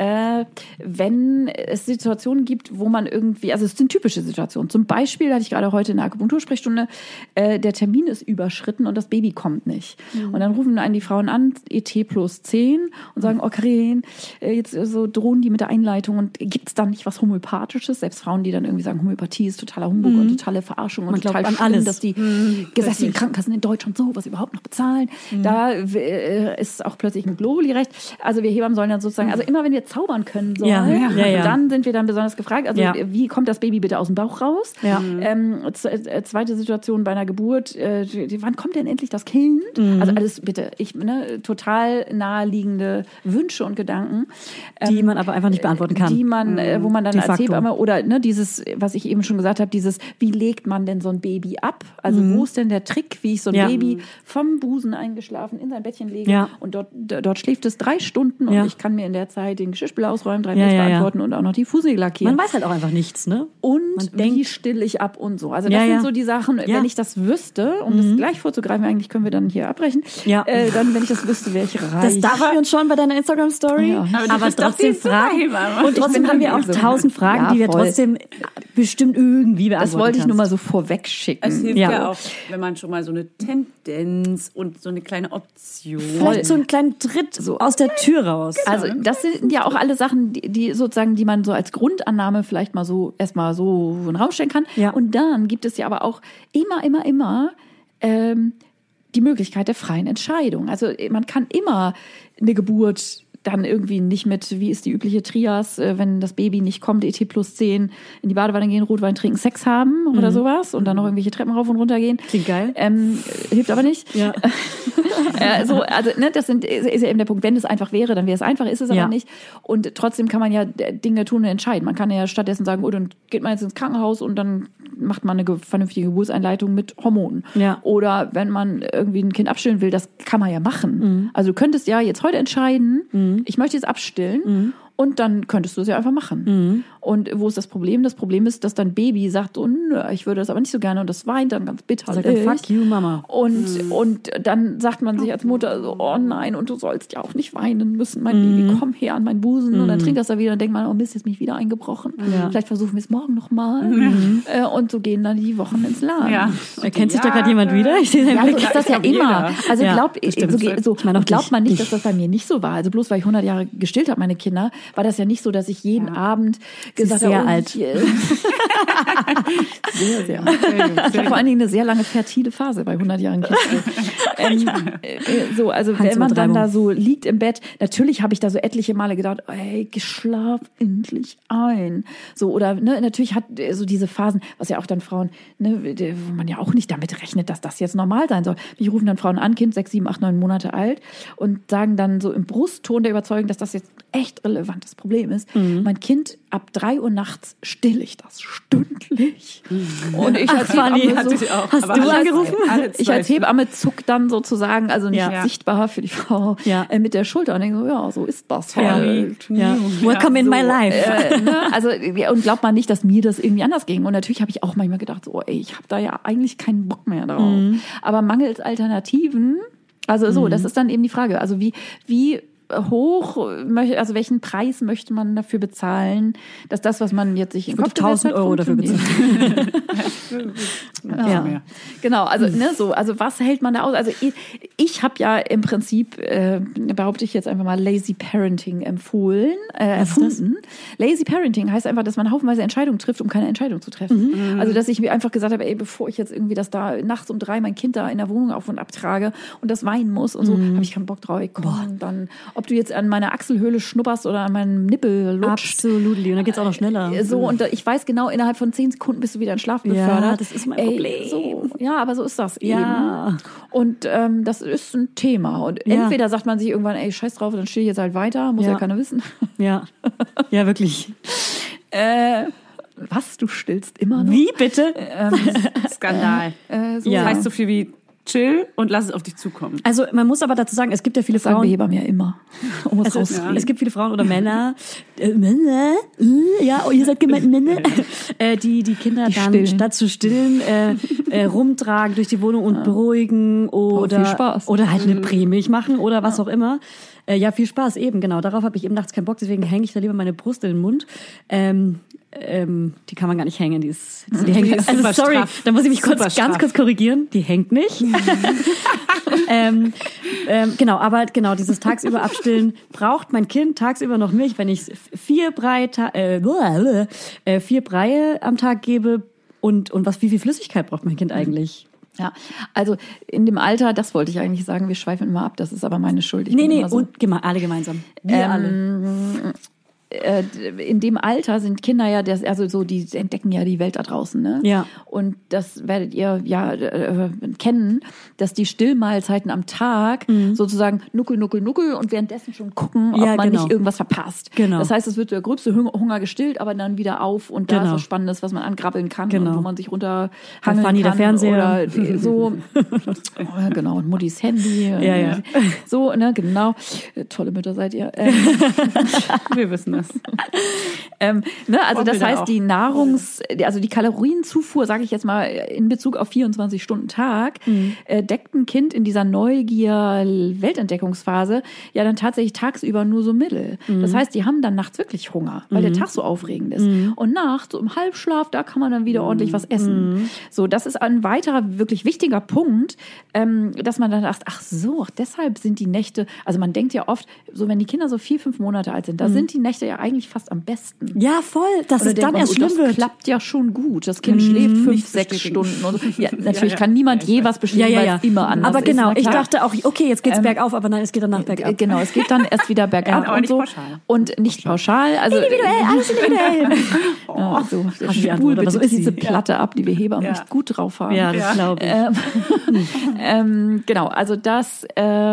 Wenn es Situationen gibt, wo man irgendwie, also es sind typische Situationen. Zum Beispiel hatte ich gerade heute in der Akupunktursprechstunde, der Termin ist überschritten und das Baby kommt nicht. Und dann rufen einen die Frauen an, ET plus 10 und sagen, oh Karin, jetzt so drohen die mit der Einleitung und gibt's da nicht was Homöopathisches? Selbst Frauen, die dann irgendwie sagen, Homöopathie ist totaler Humbug und totale Verarschung und total schlimm, alles. Dass die gesetzlichen Krankenkassen in Deutschland sowas überhaupt noch bezahlen. Da ist auch plötzlich ein Globuli-Recht. Also wir Hebammen sollen dann sozusagen, also immer wenn wir zaubern können sollen, dann sind wir dann besonders gefragt. Also wie kommt das Baby bitte aus dem Bauch raus? Ja. Zweite Situation bei einer Geburt, wann kommt denn endlich das Kind? Also alles bitte, total naheliegende Wünsche und Gedanken. Die man aber einfach nicht beantworten kann. Die man, wo man dann als Hebamme oder dieses, was ich eben schon gesagt habe, dieses, wie legt man denn so ein Baby ab? Also wo ist denn der Trick, wie ich so ein Baby vom Busen eingeschlafen in sein Bettchen lege und dort schläft es 3 Stunden und ich kann mir in der Zeit den Geschirrspüler ausräumen, 3 Mails beantworten und auch noch die Fußnägel lackieren. Man weiß halt auch einfach nichts, ne? Und wie still ich ab und so. Also das sind so die Sachen, wenn ich das wüsste, um das gleich vorzugreifen, eigentlich können wir dann hier abbrechen, dann, wenn ich das wüsste, wäre ich reich. Das dachten wir uns schon bei deiner Instagram-Story. Ja. Aber trotzdem Fragen. Und trotzdem haben wir auch 1000 Fragen, die wir trotzdem bestimmt irgendwie beantworten. Das wollte ich nur mal so vorweg schicken. Es hilft ja auch, wenn man schon mal so eine Tendenz und so eine kleine Option. Vielleicht so einen kleinen Tritt so aus der Tür raus. Also das sind ja auch alle Sachen, die sozusagen, die man so als Grundannahme vielleicht mal so erstmal so in den Raum stellen kann. Ja. Und dann gibt es ja aber auch immer die Möglichkeit der freien Entscheidung. Also man kann immer eine Geburt dann irgendwie nicht mit, wie ist die übliche Trias, wenn das Baby nicht kommt, ET plus 10, in die Badewanne gehen, Rotwein trinken, Sex haben oder sowas und dann noch irgendwelche Treppen rauf und runter gehen. Klingt geil. Hilft aber nicht. Ja. Das ist ja eben der Punkt. Wenn es einfach wäre, dann wäre es einfach, ist es aber nicht. Und trotzdem kann man ja Dinge tun und entscheiden. Man kann ja stattdessen sagen, dann geht man jetzt ins Krankenhaus und dann macht man eine vernünftige Geburtseinleitung mit Hormonen. Ja. Oder wenn man irgendwie ein Kind abstillen will, das kann man ja machen. Also du könntest ja jetzt heute entscheiden, ich möchte jetzt abstillen und dann könntest du es ja einfach machen. Und wo ist das Problem? Das Problem ist, dass dein Baby sagt, oh nö, ich würde das aber nicht so gerne und das weint dann ganz bitter. Sagt dann, fuck you, Mama. Und dann sagt man sich als Mutter so, oh nein, und du sollst ja auch nicht weinen müssen, mein Baby, komm her an meinen Busen. Und dann trinkt das da wieder und denkt man, oh Mist, ist mich wieder eingebrochen. Ja. Vielleicht versuchen wir es morgen nochmal. Und so gehen dann die Wochen ins Land. Ja. Erkennt sich da gerade jemand wieder? Ich sehe so ist das ja immer. Also glaubt man nicht, dass das bei mir nicht so war. Also bloß, weil ich 100 Jahre gestillt habe, meine Kinder, war das ja nicht so, dass ich jeden Abend gesagt habe, sehr alt. Sehr. Ich habe vor allen Dingen eine sehr lange fertile Phase bei 100 Jahren Kind. Also wenn man dann da so liegt im Bett, natürlich habe ich da so etliche Male gedacht, ey, schlaf endlich ein. So, oder natürlich hat so diese Phasen, was ja auch dann Frauen, wo man ja auch nicht damit rechnet, dass das jetzt normal sein soll. Mich rufen dann Frauen an, Kind 6, 7, 8, 9 Monate alt und sagen dann so im Brustton der Überzeugung, dass das jetzt echt relevantes Problem ist. Mein Kind, ab 3 Uhr nachts still ich das stündlich. Und ich als Hebamme hast du angerufen? Ich als Hebamme zuck dann sozusagen, also nicht sichtbar für die Frau, mit der Schulter und denke so, ja, so ist das halt. Ja. Welcome in my life. Und glaubt man nicht, dass mir das irgendwie anders ging. Und natürlich habe ich auch manchmal gedacht, so, ey, ich habe da ja eigentlich keinen Bock mehr drauf. Aber mangels Alternativen, also so, das ist dann eben die Frage. Also wie hoch, also welchen Preis möchte man dafür bezahlen, dass das, was man jetzt sich in Kopf 1.000 Euro dafür bezahlen. Ja. Genau, also also was hält man da aus? Also ich habe ja im Prinzip, behaupte ich jetzt einfach mal, Lazy Parenting erfunden. Lazy Parenting heißt einfach, dass man haufenweise Entscheidungen trifft, um keine Entscheidung zu treffen. Also dass ich mir einfach gesagt habe, bevor ich jetzt irgendwie das da nachts um 3 mein Kind da in der Wohnung auf und abtrage und das weinen muss und so, habe ich keinen Bock drauf. Komm, dann, ob du jetzt an meiner Achselhöhle schnupperst oder an meinem Nippel lutscht. Absolut, und dann geht's auch noch schneller. So, und ich weiß genau, innerhalb von 10 Sekunden bist du wieder in Schlaf befördert. Ja, das ist mein Problem. So, ja, aber so ist das ja. eben. Und das ist ein Thema. Und entweder sagt man sich irgendwann, scheiß drauf, dann stehe ich jetzt halt weiter, muss ja keiner wissen. Ja, ja, wirklich. Was, du stillst immer noch? Wie, bitte? Skandal. Das heißt so viel wie chill und lass es auf dich zukommen. Also man muss aber dazu sagen, es gibt ja viele Frauen. Das sagen wir Hebammen ja immer. Es gibt viele Frauen oder Männer, ihr seid gemeint Männer, die Kinder dann stillen. Statt zu stillen rumtragen durch die Wohnung und beruhigen oder viel Spaß. Oder halt eine Prämilch machen oder was auch immer. Ja, viel Spaß eben, genau. Darauf habe ich eben nachts keinen Bock, deswegen hänge ich da lieber meine Brust in den Mund. Die kann man gar nicht hängen. Die hängt, also sorry, da muss ich mich ganz kurz korrigieren. Die hängt nicht. Genau, dieses tagsüber abstillen braucht mein Kind tagsüber noch Milch, wenn ich 4 Breie am Tag gebe und wie viel Flüssigkeit braucht mein Kind eigentlich? Ja, also in dem Alter, das wollte ich eigentlich sagen, wir schweifen immer ab, das ist aber meine Schuld. Und alle gemeinsam. Wir alle. In dem Alter sind Kinder ja, die entdecken ja die Welt da draußen, ne? Ja. Und das werdet ihr kennen, dass die Stillmahlzeiten am Tag sozusagen nuckel und währenddessen schon gucken, ob man nicht irgendwas verpasst. Genau. Das heißt, es wird der gröbste Hunger gestillt, aber dann wieder auf und da ist was Spannendes, was man angrabbeln kann und wo man sich runterhangeln kann. Der Fernseher. Oder so. Genau, und Muttis Handy. Ja. So, ne, genau. Tolle Mütter seid ihr. Wir wissen das. Also das heißt, die die Kalorienzufuhr, sage ich jetzt mal, in Bezug auf 24 Stunden Tag, deckt ein Kind in dieser Neugier-Weltentdeckungsphase ja dann tatsächlich tagsüber nur so mittel. Das heißt, die haben dann nachts wirklich Hunger, weil der Tag so aufregend ist. Und nachts, so im Halbschlaf, da kann man dann wieder ordentlich was essen. So, das ist ein weiterer wirklich wichtiger Punkt, dass man dann sagt, deshalb sind die Nächte, also man denkt ja oft, so wenn die Kinder so 4-5 Monate alt sind, da sind die Nächte ja eigentlich fast am besten. Ja, voll. Dass es dann erst schlimm wird. Das klappt ja schon gut. Das Kind schläft 5-6 Stunden. Und so. Ja, natürlich kann niemand je was bestätigen, weil es immer anders ist. Aber genau, ich dachte auch, okay, jetzt geht's bergauf, aber nein, es geht danach bergab. Genau, es geht dann erst wieder bergab aber und nicht so. Pauschal. Und nicht pauschal. Also, individuell, alles individuell. So spul bitte diese Platte ab, die wir Hebammen echt gut drauf haben. Ja, das glaube ich. Genau, also das...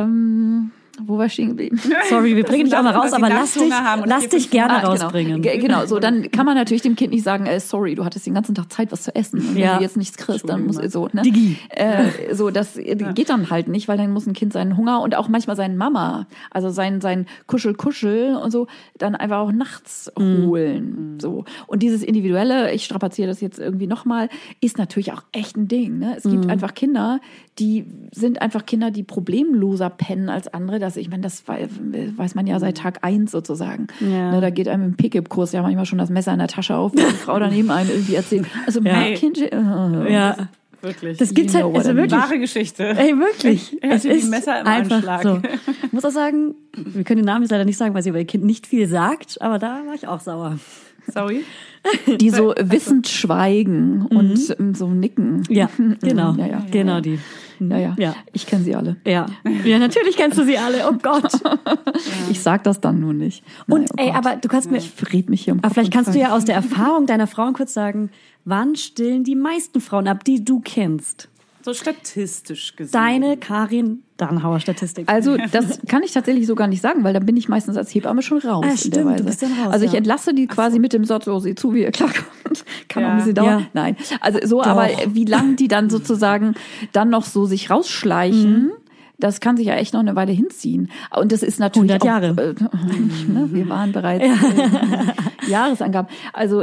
wo war ich stehen geblieben? Sorry, wir bringen dich auch mal raus, aber lass dich gerne rausbringen. Genau, so dann kann man natürlich dem Kind nicht sagen, sorry, du hattest den ganzen Tag Zeit, was zu essen. Und wenn du jetzt nichts kriegst, dann muss so, ne? Digi. So, das geht dann halt nicht, weil dann muss ein Kind seinen Hunger und auch manchmal seinen Mama, also sein Kuschel und so, dann einfach auch nachts holen. So. Und dieses Individuelle, ich strapaziere das jetzt irgendwie nochmal, ist natürlich auch echt ein Ding, ne? Es gibt einfach Kinder, die problemloser pennen als andere. Ich meine, das weiß man ja seit Tag 1 sozusagen. Ja. Ne, da geht einem im Pick-up-Kurs ja manchmal schon das Messer in der Tasche auf, wenn die Frau daneben einem irgendwie erzählt. Also mein Kind... Ja. Wirklich. Das gibt's halt, also wirklich. Wahre Geschichte. Ey, wirklich. Es ist die Messer im Anschlag. So. Ich muss auch sagen, wir können den Namen jetzt leider nicht sagen, weil sie über ihr Kind nicht viel sagt, aber da war ich auch sauer. Sorry. Die so wissend schweigen und so nicken. Ja, genau. Genau die. Ja. Ich kenne sie alle. Ja, natürlich kennst du sie alle. Oh Gott. Ich sag das dann nur nicht. Und aber du kannst mir... Ich verriet mich hier im Kopf. Aber vielleicht kannst du ja aus der Erfahrung deiner Frauen kurz sagen, wann stillen die meisten Frauen ab, die du kennst? So statistisch gesehen. Deine Karin Dannhauer Statistik. Also das kann ich tatsächlich so gar nicht sagen, weil dann bin ich meistens als Hebamme schon raus. Stimmt, in der Weise. Du bist dann raus, also ich entlasse die quasi mit dem Satz, sieh zu, wie ihr klarkommt. Kann auch ein bisschen dauern. Ja. Nein, also so, Doch. aber wie lang die dann sozusagen dann noch so sich rausschleichen, das kann sich ja echt noch eine Weile hinziehen. Und das ist natürlich 100 Jahre. Wir waren bereits Jahresangaben. Also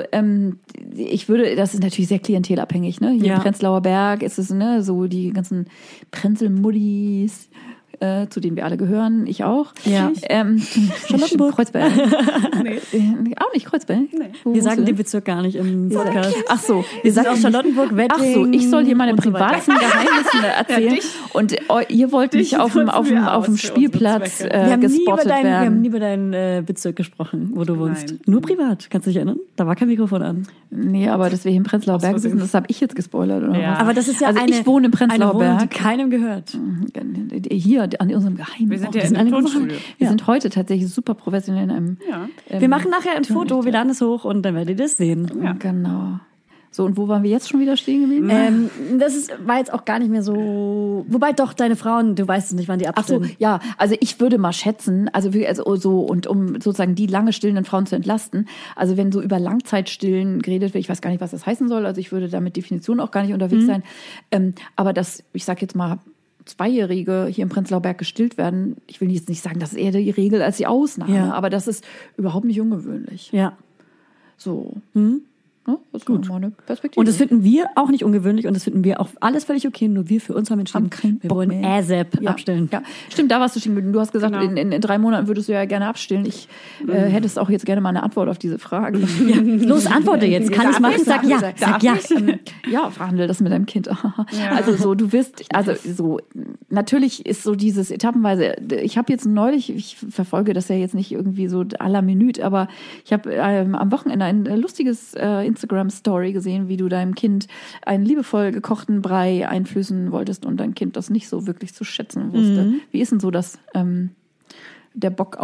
das ist natürlich sehr klientelabhängig. Ne? Hier im Prenzlauer Berg ist es so die ganzen Prenzelmuddis, zu denen wir alle gehören, ich auch. Ja. Charlottenburg. Kreuzberg. Auch nicht Kreuzberg. Nee. Wir sagen den Bezirk gar nicht im Podcast. Ach so. Wir sagen auch Charlottenburg, Wedding. Ach so, ich soll hier meine privaten Geheimnisse erzählen. Und ihr wollt mich auf dem Spielplatz gespottet werden. Wir haben nie über deinen Bezirk gesprochen, wo du wohnst. Nein. Nur privat, kannst du dich erinnern? Da war kein Mikrofon an. Nee, aber dass wir hier im Prenzlauer Berg sitzen, das habe ich jetzt gespoilert. Oder was? Aber das ist ja also ich wohne im Prenzlauer eine Wohnung, Berg. die keinem gehört. Hier an unserem Geheimen. Wir sind ja in der Tonstudio. Wir sind heute tatsächlich super professionell in einem... Wir machen nachher ein Foto, wir laden es hoch und dann werdet ihr das sehen. Ja. Genau. So, und wo waren wir jetzt schon wieder stehen geblieben? War jetzt auch gar nicht mehr so... Wobei doch, deine Frauen, du weißt es nicht, wann die abstillen. Ach so, ja, also ich würde mal schätzen, und um sozusagen die lange stillenden Frauen zu entlasten, also wenn so über Langzeitstillen geredet wird, ich weiß gar nicht, was das heißen soll, also ich würde da mit Definition auch gar nicht unterwegs sein, aber dass, ich sag jetzt mal, Zweijährige hier im Prenzlauer Berg gestillt werden, ich will jetzt nicht sagen, das ist eher die Regel als die Ausnahme, aber das ist überhaupt nicht ungewöhnlich. Ja. So. Ne? Das ist gut. Mal eine Perspektive. Und das finden wir auch nicht ungewöhnlich und das finden wir auch alles völlig okay, nur wir für uns haben entschieden, wir wollen ASAP abstillen. Ja, stimmt, da warst du stehen geblieben. Du hast gesagt, in 3 Monaten würdest du ja gerne abstillen. Ich hättest auch jetzt gerne mal eine Antwort auf diese Frage. Ja. Los, antworte jetzt. Kann ich machen? Sag ja. Sag ja. Ja, verhandel das mit deinem Kind. Also so, du wirst, also so, natürlich ist so dieses etappenweise, ich habe jetzt neulich, ich verfolge das ja jetzt nicht irgendwie so à la Minute, aber ich habe am Wochenende ein lustiges Instagram-Story gesehen, wie du deinem Kind einen liebevoll gekochten Brei einflößen wolltest und dein Kind das nicht so wirklich zu schätzen wusste. Wie ist denn so das, der Bock?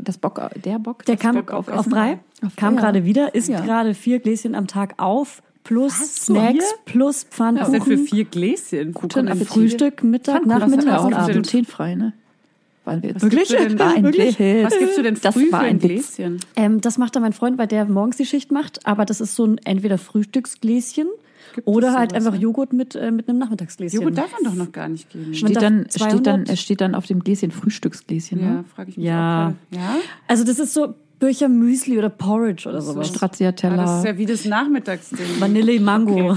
Der kam auf Brei, kam gerade wieder, isst gerade 4 Gläschen am Tag auf, plus Snacks, plus Pfannkuchen. Was denn für 4 Gläschen? Guten Appetit. Frühstück, Mittag, Nachmittag und Abend. Glutenfrei, ne? Wirklich? Was gibst du denn früh für ein Gläschen? Das macht dann mein Freund, weil der morgens die Schicht macht. Aber das ist so ein entweder Frühstücksgläschen oder halt einfach Joghurt mit einem Nachmittagsgläschen. Joghurt darf man doch noch gar nicht geben. Steht dann auf dem Gläschen Frühstücksgläschen. Ja, ne? frage ich mich auch. Ja? Also das ist so Bircher Müsli oder Porridge oder sowas. Stracciatella. Das ist ja wie das Nachmittagsding. Vanille, Mango.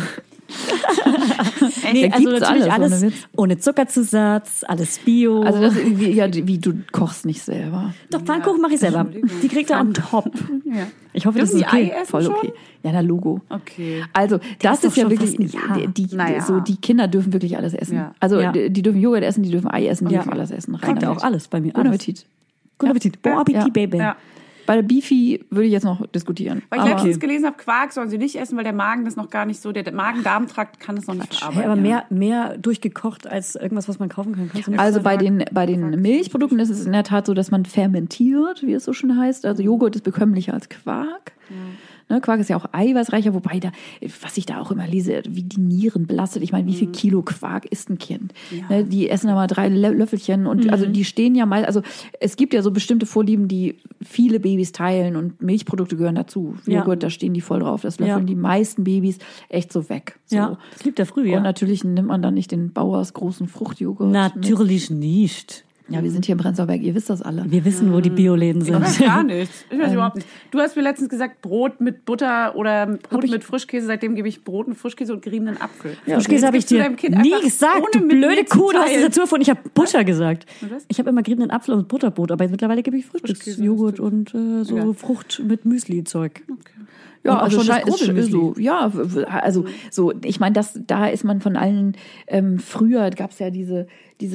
Nee, also natürlich alles ohne Zuckerzusatz, alles Bio. Also das ist wie du kochst nicht selber. Doch, Pfannkuchen mache ich selber. Die kriegt er on top. Ja. Ich hoffe, das ist okay. Voll okay. Ja, na Logo. Okay. Also das ist ja wirklich, die Kinder dürfen wirklich alles essen. Ja. Also die dürfen Joghurt essen, die dürfen Ei essen, die dürfen alles essen. Kriegt er auch alles bei mir. Guten Appetit. Guten Appetit. Bon Appetit, Baby. Ja. Bei der Beefy würde ich jetzt noch diskutieren. Weil ich letztens gelesen habe, Quark sollen sie nicht essen, weil der Magen das noch gar nicht so, der Magen-Darm-Trakt kann es noch nicht verarbeiten. Aber mehr durchgekocht als irgendwas, was man kaufen kann. Also bei den Milchprodukten ist es in der Tat so, dass man fermentiert, wie es so schön heißt. Also Joghurt ist bekömmlicher als Quark. Ja. Ne, Quark ist ja auch eiweißreicher, wobei was ich da auch immer lese, wie die Nieren belastet. Ich meine, wie viel Kilo Quark isst ein Kind? Ja. Ne, die essen da mal 3 Löffelchen und also die stehen ja mal, also es gibt ja so bestimmte Vorlieben, die viele Babys teilen und Milchprodukte gehören dazu. Joghurt, da stehen die voll drauf. Das löffeln die meisten Babys echt so weg. So. Ja, das liebt der früh, ja. Und natürlich nimmt man dann nicht den Bauers großen Fruchtjoghurt. Natürlich nicht. Ja, wir sind hier im Prenzlauer Berg, ihr wisst das alle. Wir wissen, wo die Bioläden sind. Ich weiß gar nicht. Ich weiß überhaupt nicht. Du hast mir letztens gesagt, Brot mit Butter oder Brot mit Frischkäse. Seitdem gebe ich Brot mit Frischkäse und geriebenen Apfel. Ja. Frischkäse habe ich dir nie gesagt, du blöde Kuh. Du hast es dazu erfunden. Ich habe Butter gesagt. Ich habe immer geriebenen Apfel und Butterbrot, aber mittlerweile gebe ich Frühstücksjoghurt und Frucht mit Müsli-Zeug. Okay. Ja, also schon ist so. Ja, also so. Ich meine, da ist man von allen. Früher gab es ja diese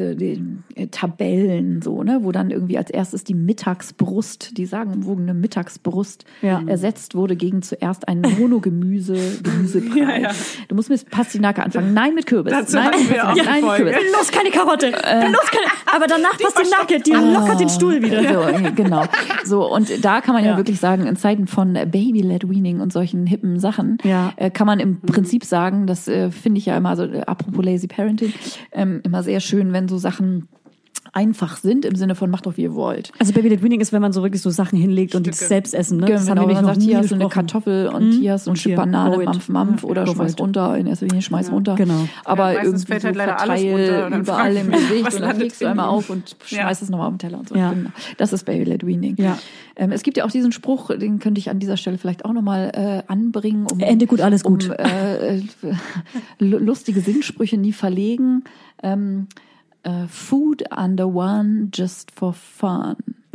Tabellen so, ne, wo dann irgendwie als erstes die Mittagsbrust, die sagenumwogene Mittagsbrust ersetzt wurde gegen zuerst ein Monogemüsebrei. Ja. Du musst mit Pastinake anfangen. Nein, mit Kürbis. Nein, mit Kürbis. Los, keine Karotte. Aber danach Pastinake, die lockert den Stuhl wieder. So, genau. So, und da kann man ja wirklich sagen, in Zeiten von Baby-led Weaning und solchen hippen Sachen, kann man im Prinzip sagen, das finde ich ja immer, also apropos Lazy Parenting, immer sehr schön, wenn so Sachen einfach sind, im Sinne von macht doch, wie ihr wollt. Also Baby-led Weaning ist, wenn man so wirklich so Sachen hinlegt und die selbst essen. Ne? Das haben wir sagt, hier hast du eine Kartoffel und hier hast du ein Stück Banane, Mampf oder schmeiß runter, in erster Linie schmeiß runter. Genau. Aber irgendwie fällt halt so verteil überall im Gesicht und dann legst du einmal auf und schmeißt es nochmal auf den Teller und so. Ja. Genau. Das ist Baby-led Weaning. Ja. Es gibt ja auch diesen Spruch, den könnte ich an dieser Stelle vielleicht auch nochmal anbringen. Ende gut, alles gut. Lustige Sinnsprüche nie verlegen. Food under one just for fun.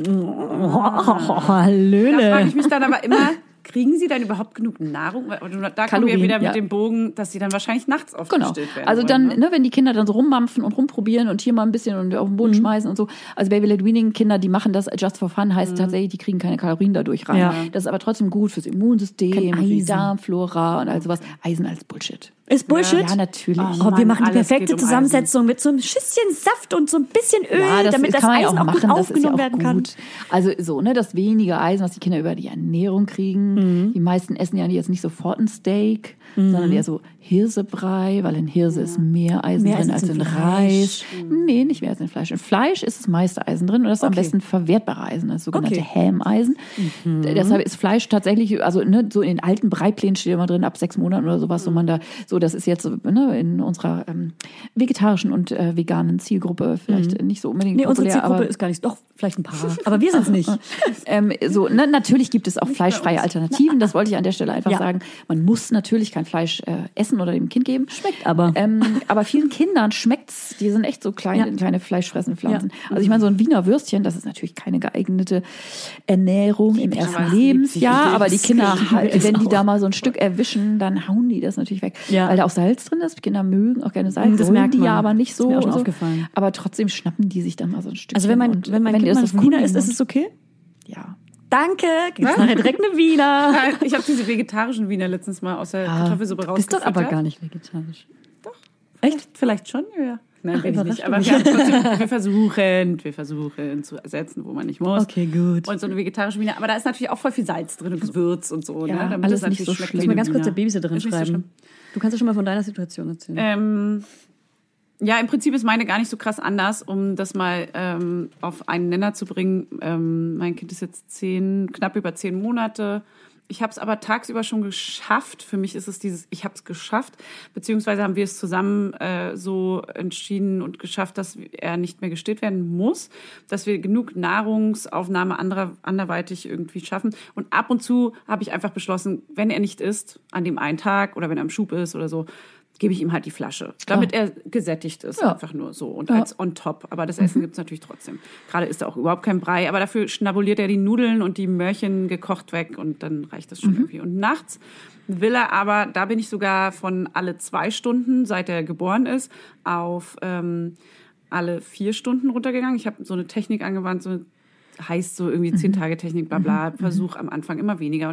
Hallöle. Da frage ich mich dann aber immer, kriegen sie dann überhaupt genug Nahrung? Da kommen wir wieder mit dem Bogen, dass sie dann wahrscheinlich nachts aufgestellt werden. Also dann, ne, wenn die Kinder dann so rummampfen und rumprobieren und hier mal ein bisschen und auf den Boden schmeißen und so. Also Baby-led Weaning Kinder, die machen das just for fun, heißt tatsächlich, die kriegen keine Kalorien dadurch rein. Ja. Das ist aber trotzdem gut fürs Immunsystem, für die Darmflora und all sowas. Eisen als Bullshit. Ist Bullshit? Ja, natürlich. Oh, wir machen die perfekte Zusammensetzung mit so einem Schüsschen Saft und so ein bisschen Öl, damit das Eisen auch gut aufgenommen werden kann. Also so, ne, das wenige Eisen, was die Kinder über die Ernährung kriegen. Die meisten essen ja jetzt nicht sofort ein Steak, sondern eher so Hirsebrei, weil in Hirse ist mehr Eisen drin als in Reis. Nee, nicht mehr als in Fleisch. In Fleisch ist das meiste Eisen drin und das ist am besten verwertbare Eisen, das sogenannte Hämeisen. Deshalb ist Fleisch tatsächlich, also ne, so in den alten Breiplänen steht immer drin, ab 6 Monaten oder sowas, wo man da so, das ist jetzt ne, in unserer vegetarischen und veganen Zielgruppe vielleicht nicht so unbedingt populär. Unsere Zielgruppe ist gar nicht, doch, vielleicht ein paar, aber wir sind es nicht. So, ne, natürlich gibt es auch fleischfreie Alternativen, das wollte ich an der Stelle einfach sagen. Man muss natürlich kein Fleisch essen oder dem Kind geben. Schmeckt aber. Aber vielen Kindern schmeckt's, die sind echt so kleine fleischfressende Pflanzen. Ja. Also ich meine, so ein Wiener Würstchen, das ist natürlich keine geeignete Ernährung im ersten Lebensjahr, aber die Kinder, wenn die da mal so ein Stück erwischen, dann hauen die das natürlich weg. Ja. Weil da auch Salz drin ist. Kinder mögen auch gerne Salz. Das merkt die man. Ja aber nicht so. Das ist mir auch schon aufgefallen. Aber trotzdem schnappen die sich dann mal so ein Stück. Also wenn mein Kind mal Wiener ist es okay? Ja. Danke, gibt's nachher direkt eine Wiener. Ich habe diese vegetarischen Wiener letztens mal aus der Kartoffelsuppe rausgefüttert. Ist doch aber gar nicht vegetarisch. Doch. Echt? Vielleicht schon, ja. Nein, bin ich nicht. Aber wir versuchen zu ersetzen, wo man nicht muss. Okay, gut. Und so eine vegetarische Wiener. Aber da ist natürlich auch voll viel Salz drin und Gewürz und so. Ja, ne? Damit alles das nicht so schlimm. Muss mal ganz kurz der Babysitterin schreiben. Du kannst ja schon mal von deiner Situation erzählen. Ja, im Prinzip ist meine gar nicht so krass anders, um das mal auf einen Nenner zu bringen. Mein Kind ist jetzt knapp über 10 Monate. Ich habe es aber tagsüber schon geschafft. Für mich ist es ich habe es geschafft, beziehungsweise haben wir es zusammen so entschieden und geschafft, dass er nicht mehr gestillt werden muss, dass wir genug Nahrungsaufnahme anderweitig irgendwie schaffen. Und ab und zu habe ich einfach beschlossen, wenn er nicht isst, an dem einen Tag oder wenn er im Schub ist oder so, gebe ich ihm halt die Flasche, damit er gesättigt ist, einfach nur so und als on top. Aber das Essen gibt's natürlich trotzdem. Gerade ist da auch überhaupt kein Brei, aber dafür schnabuliert er die Nudeln und die Möhrchen gekocht weg und dann reicht das schon irgendwie. Und nachts will er aber, da bin ich sogar von alle 2 Stunden, seit er geboren ist, auf alle 4 Stunden runtergegangen. Ich habe so eine Technik angewandt, heißt so irgendwie 10-Tage-Technik, bla bla, Versuch am Anfang immer weniger,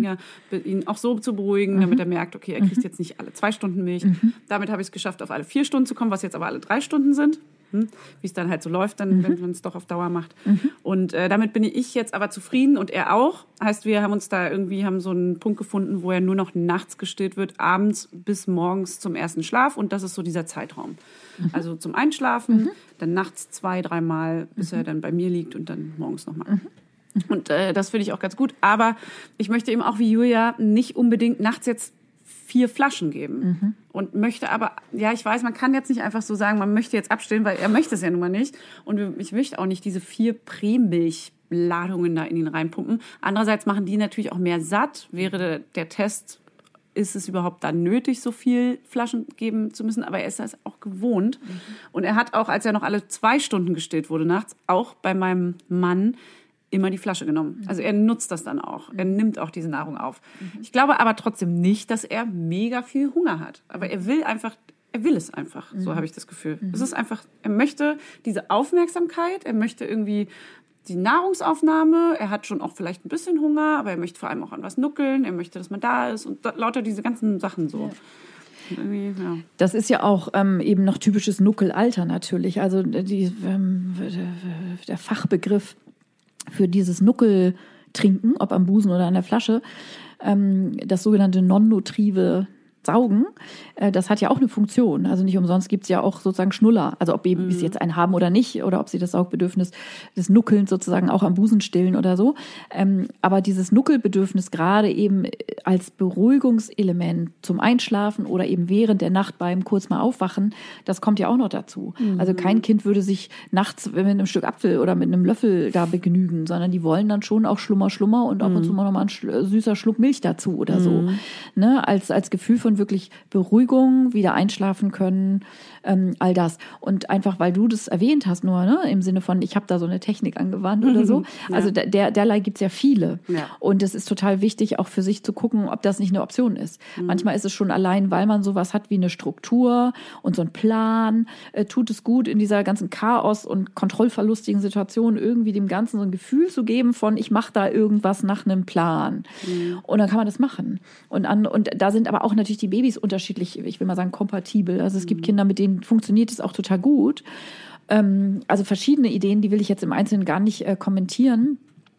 ihn auch so zu beruhigen, damit er merkt, okay, er kriegt jetzt nicht alle 2 Stunden Milch. Damit habe ich es geschafft, auf alle 4 Stunden zu kommen, was jetzt aber alle 3 Stunden sind. Wie es dann halt so läuft, dann, wenn man es doch auf Dauer macht. Und damit bin ich jetzt aber zufrieden und er auch. Heißt, wir haben uns da haben so einen Punkt gefunden, wo er nur noch nachts gestillt wird, abends bis morgens zum ersten Schlaf. Und das ist so dieser Zeitraum. Also zum Einschlafen, dann nachts 2-3 Mal, bis er dann bei mir liegt und dann morgens nochmal. Und das finde ich auch ganz gut. Aber ich möchte eben auch wie Julia nicht unbedingt nachts jetzt 4 Flaschen geben. Und möchte aber, ja, ich weiß, man kann jetzt nicht einfach so sagen, man möchte jetzt abstillen, weil er möchte es ja nun mal nicht. Und ich möchte auch nicht diese 4 Prämilchladungen da in ihn reinpumpen. Andererseits machen die natürlich auch mehr satt. Wäre der Test, ist es überhaupt dann nötig, so viel Flaschen geben zu müssen? Aber er ist das auch gewohnt. Und er hat auch, als er noch alle 2 Stunden gestillt wurde nachts, auch bei meinem Mann immer die Flasche genommen. Also er nutzt das dann auch. Er nimmt auch diese Nahrung auf. Ich glaube aber trotzdem nicht, dass er mega viel Hunger hat. Aber er will es einfach. So habe ich das Gefühl. Es ist einfach, er möchte diese Aufmerksamkeit, er möchte irgendwie die Nahrungsaufnahme, er hat schon auch vielleicht ein bisschen Hunger, aber er möchte vor allem auch an was nuckeln, er möchte, dass man da ist und lauter diese ganzen Sachen so. Ja. Das ist ja auch eben noch typisches Nuckelalter natürlich. Also der Fachbegriff für dieses Nuckeltrinken, ob am Busen oder an der Flasche, das sogenannte non-nutrive Saugen, das hat ja auch eine Funktion. Also nicht umsonst gibt's ja auch sozusagen Schnuller. Also ob Babys jetzt einen haben oder nicht, oder ob sie das Saugbedürfnis des Nuckelns sozusagen auch am Busen stillen oder so. Aber dieses Nuckelbedürfnis gerade eben als Beruhigungselement zum Einschlafen oder eben während der Nacht beim kurz mal aufwachen, das kommt ja auch noch dazu. Also kein Kind würde sich nachts mit einem Stück Apfel oder mit einem Löffel da begnügen, sondern die wollen dann schon auch Schlummer und ab und zu mal noch mal ein süßer Schluck Milch dazu oder so. Ne? Als Gefühl von und wirklich Beruhigung, wieder einschlafen können, all das. Und einfach, weil du das erwähnt hast, nur im Sinne von, ich habe da so eine Technik angewandt oder so. Ja. Also derlei gibt's ja viele. Ja. Und es ist total wichtig, auch für sich zu gucken, ob das nicht eine Option ist. Manchmal ist es schon allein, weil man sowas hat wie eine Struktur und so einen Plan, tut es gut, in dieser ganzen Chaos- und kontrollverlustigen Situation irgendwie dem Ganzen so ein Gefühl zu geben von, ich mache da irgendwas nach einem Plan. Und dann kann man das machen. Und da sind aber auch natürlich die Babys unterschiedlich, ich will mal sagen, kompatibel. Also es gibt Kinder, mit denen funktioniert es auch total gut. Also verschiedene Ideen, die will ich jetzt im Einzelnen gar nicht kommentieren.